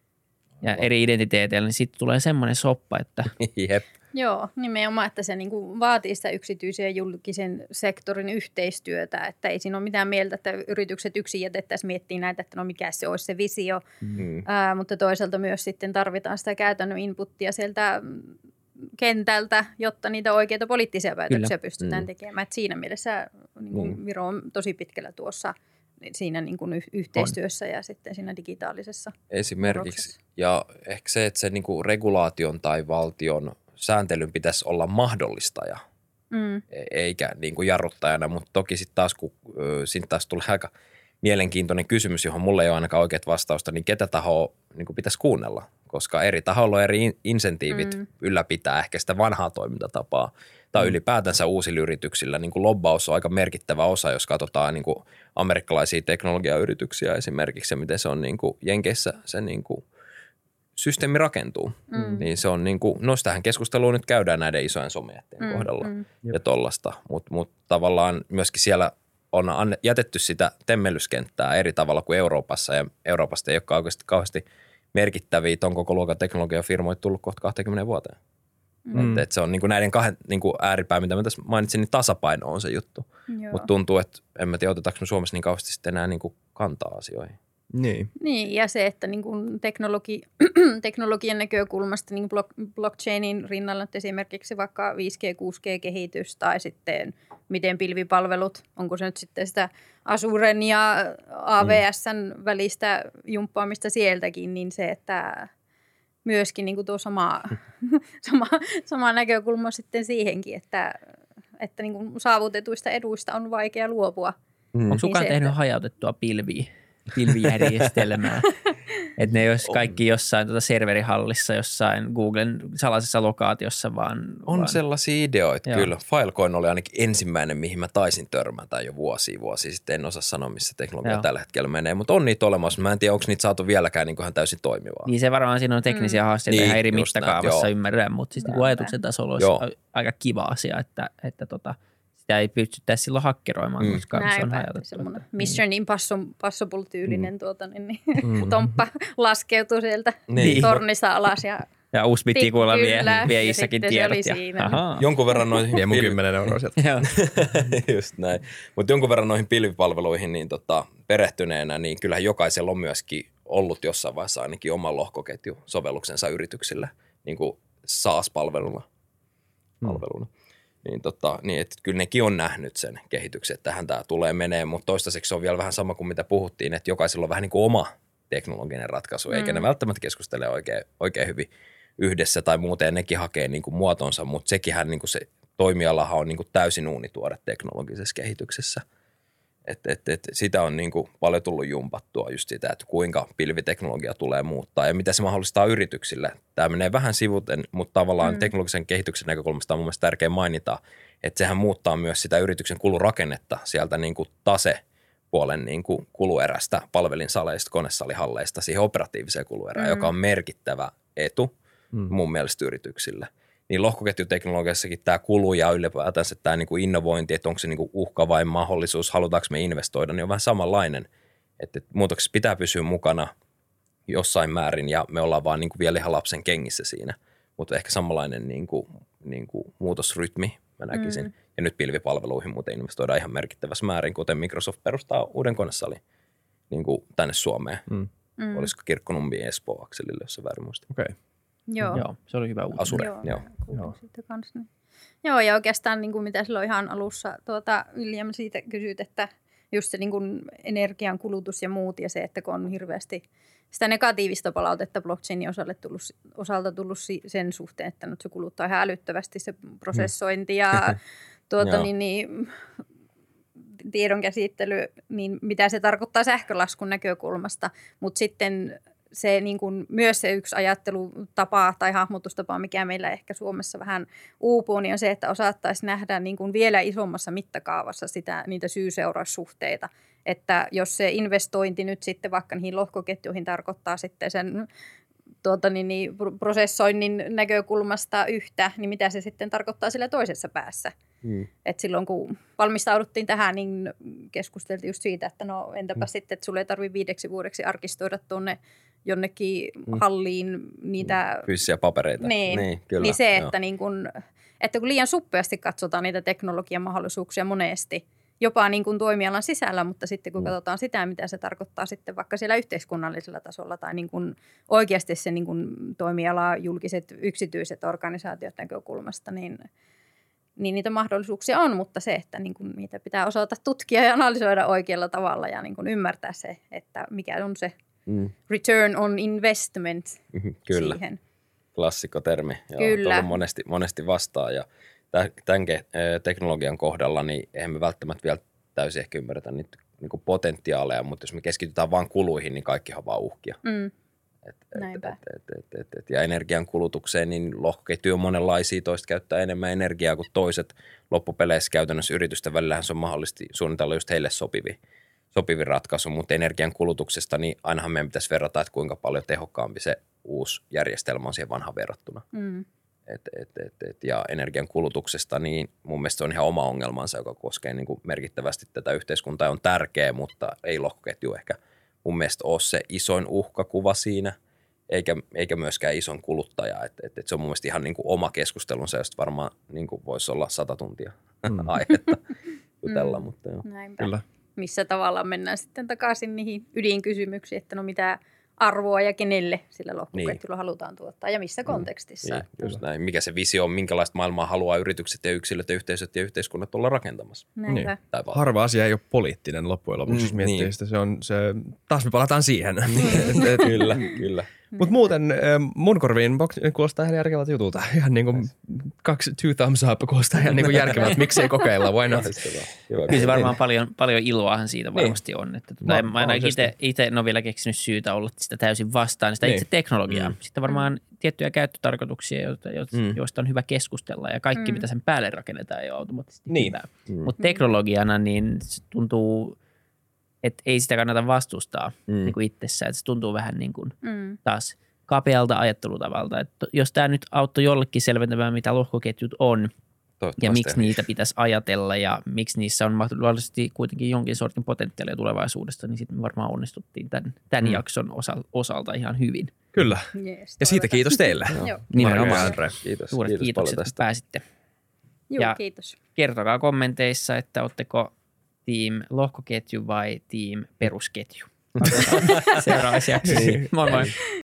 ja eri identiteeteillä, niin sitten tulee semmoinen soppa, että
Jep.
Joo, nimenomaan, että se niinku vaatii sitä yksityisen ja julkisen sektorin yhteistyötä, että ei siinä ole mitään mieltä, että yritykset yksin jätettäisiin miettimään näitä, että no mikä se olisi se visio, mutta toisaalta myös sitten tarvitaan sitä käytännön inputtia sieltä kentältä, jotta niitä oikeita poliittisia päätöksiä pystytään tekemään. Et siinä mielessä niin Viro on tosi pitkällä tuossa siinä niin kuin yhteistyössä ja sitten siinä digitaalisessa
esimerkiksi.
murroksessa.
Ja ehkä se, että se niin kuin regulaation tai valtion sääntelyn pitäisi olla mahdollistaja, eikä niin kuin jarruttajana, mutta toki sitten taas, kun siinä taas tulee aika mielenkiintoinen kysymys, johon mulle ei ole ainakaan oikeat vastausta, niin ketä tahoa niin kuin pitäisi kuunnella, koska eri tahoilla on eri insentiivit ylläpitää ehkä sitä vanhaa toimintatapaa, tai ylipäätänsä uusilla yrityksillä niin kuin lobbaus on aika merkittävä osa, jos katsotaan niin kuin amerikkalaisia teknologiayrityksiä esimerkiksi, ja miten se on niin kuin Jenkeissä se niin kuin systeemi rakentuu, niin se on niin kuin, no sitähän keskustelua nyt käydään näiden isojen somejättien kohdalla ja tollasta, mutta tavallaan myöskin siellä on jätetty sitä temmellyskenttää eri tavalla kuin Euroopassa, ja Euroopasta ei ole kauheasti merkittäviä ton koko luokan teknologiafirmoja tullut kohta 20 vuoteen. Et se on niin kuin näiden kahden niin kuin ääripää, mitä mä tässä mainitsin, niin tasapaino on se juttu. Mutta tuntuu, että en mä tiedä, otetaanko me Suomessa niin kauheasti sitten enää niin kuin kantaa asioihin.
Niin, ja se, että niin kuin teknologian näkökulmasta niin blockchainin rinnalla nyt esimerkiksi vaikka 5G, 6G-kehitys tai sitten miten pilvipalvelut, onko se nyt sitten sitä Azuren ja AWSn välistä jumppaamista sieltäkin, niin se, että myöskin niin kuin tuo sama näkökulma sitten siihenkin, että niin kuin saavutetuista eduista on vaikea luopua.
Onko kukaan tehnyt hajautettua pilvijärjestelmää? Että ne ei olisi kaikki jossain serverihallissa, jossain Googlen salaisessa lokaatiossa, vaan
sellaisia ideoita kyllä. Filecoin oli ainakin ensimmäinen, mihin mä taisin törmätä jo vuosia sitten. En osaa sanoa, missä teknologia tällä hetkellä menee, mutta on niitä olemassa. Mä en tiedä, onko niitä saatu vieläkään niin ihan täysin toimivaa.
Niin se varmaan siinä on teknisiä haasteita ihan eri mittakaavassa ymmärrän, mutta siis niin ajatuksen tasolla olisi aika kiva asia, että sitä ei pystyttäisi silloin hakkeroimaan, koska se on hajautettu.
Semmoinen Mission Impossible-tyylinen tomppa laskeutuu sieltä tornista alas.
Ja uusi bittikuilla vie issäkin tiedot.
Jonkun verran noihin
vie mun 10 euroa sieltä.
Just näin. Mutta jonkun verran noihin pilvipalveluihin niin perehtyneenä, niin kyllähän jokaisella on myöskin ollut jossain vaiheessa ainakin oma lohkoketju-sovelluksensa yrityksillä, niin kuin SaaS-palveluna. Niin että kyllä nekin on nähnyt sen kehityksen, että tähän tämä tulee menee, mutta toistaiseksi se on vielä vähän sama kuin mitä puhuttiin, että jokaisella on vähän niin kuin oma teknologinen ratkaisu, eikä ne välttämättä keskustele oikein hyvin yhdessä tai muuten nekin hakee niin kuin muotonsa, mutta sekinhän niin kuin se toimialahan on niin kuin täysin uunituore teknologisessa kehityksessä. Sitä on niin kuin paljon tullut jumpattua just sitä, että kuinka pilviteknologia tulee muuttaa ja mitä se mahdollistaa yrityksille. Tämä menee vähän sivuten, mutta tavallaan teknologisen kehityksen näkökulmasta on mun mielestä tärkeä mainita, että sehän muuttaa myös sitä yrityksen kulurakennetta sieltä niin kuin puolen niin kuin kuluerästä palvelinsaleista, konesalihalleista siihen operatiiviseen kuluerään, joka on merkittävä etu mun mielestä yrityksille. Niin lohkoketjuteknologiassakin tämä kulu ja ylipäätänsä tämä niin kuin innovointi, että onko se niin kuin uhka vai mahdollisuus, halutaanko me investoida, niin on vähän samanlainen. Että muutoksessa pitää pysyä mukana jossain määrin ja me ollaan vaan niin kuin vielä ihan lapsen kengissä siinä. Mutta ehkä samanlainen niin kuin muutosrytmi mä näkisin. Ja nyt pilvipalveluihin muuten investoidaan ihan merkittävässä määrin, kuten Microsoft perustaa uuden konesalin niin kuin tänne Suomeen. Olisiko Kirkkonummi Espoo-akselille, jos se väärin muista.
Okei.
Joo, se oli hyvä uutinen.
Asure,
Joo. Niin. Joo, ja oikeastaan niin kuin mitä silloin ihan alussa William siitä kysyit, että just se niin kuin energian kulutus ja muut ja se, että kun on hirveästi sitä negatiivista palautetta blockchainin osalta tullut sen suhteen, että nyt se kuluttaa ihan älyttävästi se prosessointi ja tiedon käsittely, niin mitä se tarkoittaa sähkölaskun näkökulmasta, mutta sitten se niin kuin, myös se yksi ajattelutapa tai hahmotustapa, mikä meillä ehkä Suomessa vähän uupuu, niin on se, että osattaisiin nähdä niin kuin vielä isommassa mittakaavassa niitä syy-seuraussuhteita. Että jos se investointi nyt sitten vaikka niihin lohkoketjuihin tarkoittaa sitten sen prosessoinnin näkökulmasta yhtä, niin mitä se sitten tarkoittaa sillä toisessa päässä. Et silloin kun valmistauduttiin tähän, niin keskusteltiin just siitä, että no entäpä sitten, että sulle ei tarvitse 5 vuodeksi arkistoida tuonne jonnekin halliin niitä
fyysisiä papereita.
Niin,
kyllä.
Niin se, että kun liian suppeasti katsotaan niitä teknologian mahdollisuuksia monesti, jopa niin kuin toimialan sisällä, mutta sitten kun katsotaan sitä, mitä se tarkoittaa sitten vaikka siellä yhteiskunnallisella tasolla tai niin kuin oikeasti se niin kuin toimiala, julkiset, yksityiset organisaatiot näkökulmasta, niin niitä mahdollisuuksia on, mutta se, että niin kuin niitä pitää osata tutkia ja analysoida oikealla tavalla ja niin kuin ymmärtää se, että mikä on se return on investment
Kyllä.
siihen.
Klassikkotermi.
Kyllä.
Monesti vastaan ja tämän teknologian kohdalla niin eihän me välttämättä vielä täysin ehkä ymmärretä niitä niin kuin potentiaaleja, mutta jos me keskitytään vain kuluihin, niin kaikkihan on vaan uhkia. Ja energian kulutukseen, niin lohkoketjuja on monenlaisia, toiset käyttää enemmän energiaa kuin toiset. Loppupeleissä käytännössä yritysten välillähän se on mahdollisesti suunnitella just heille sopivi ratkaisu, mutta energian kulutuksesta, niin ainahan meidän pitäisi verrata, että kuinka paljon tehokkaampi se uusi järjestelmä on siihen vanhaan verrattuna. Ja energian kulutuksesta, niin mun mielestä se on ihan oma ongelmansa, joka koskee niin kuin merkittävästi tätä yhteiskuntaa. On tärkeä, mutta ei lohkoketju ehkä mun mielestä ole se isoin uhkakuva siinä, eikä myöskään ison kuluttaja. Et se on mun mielestä ihan niin kuin oma keskustelunsa, josta varmaan niin kuin voisi olla 100 tuntia aihetta jutella. Mutta joo.
Näinpä. Kyllä. Missä tavallaan mennään sitten takaisin niihin ydinkysymyksiin, että no mitä arvoa ja kenelle sillä lohkoketjulla halutaan tuottaa ja missä kontekstissa.
Niin, just näin. Mikä se visio on, minkälaista maailmaa haluaa yritykset ja yksilöt ja yhteisöt ja yhteiskunnat olla rakentamassa.
Niin.
Harva asia ei ole poliittinen loppujen lopuksi, jos miettii sitä. Taas me palataan siihen.
Kyllä.
Mutta muuten mun korviin kuulostaa ihan järkevältä jutulta. Ihan niin kuin 2 thumbs up kuulostaa ihan niin kuin järkevältä. Miksei kokeilla, why not?
Kyllä se varmaan paljon iloahan siitä varmasti on. Että mä ainakin itse en ole vielä keksinyt syytä olla sitä täysin vastaan, sitä itse teknologiaa. Sitten varmaan tiettyjä käyttötarkoituksia, joista on hyvä keskustella ja kaikki, mitä sen päälle rakennetaan, ei ole automaattisesti hyvää. Mutta teknologiana niin se tuntuu, että ei sitä kannata vastustaa niin kuin itsessään. Että se tuntuu vähän niin kuin taas kapealta ajattelutavalta. Että jos tämä nyt auttoi jollekin selventämään, mitä lohkoketjut on ja miksi niitä pitäisi ajatella ja miksi niissä on mahdollisesti kuitenkin jonkin sortin potentiaalia tulevaisuudesta, niin sitten me varmaan onnistuttiin tämän jakson osalta ihan hyvin.
Kyllä.
Jees,
ja siitä kiitos teille.
Nimenomaan.
Kiitos.
Suuret kiitokset, että pääsitte.
Joo, kiitos.
Kertokaa kommenteissa, että ootteko team lohkoketju vai team perusketju. Seuraavassa jaksossa. Moi moi.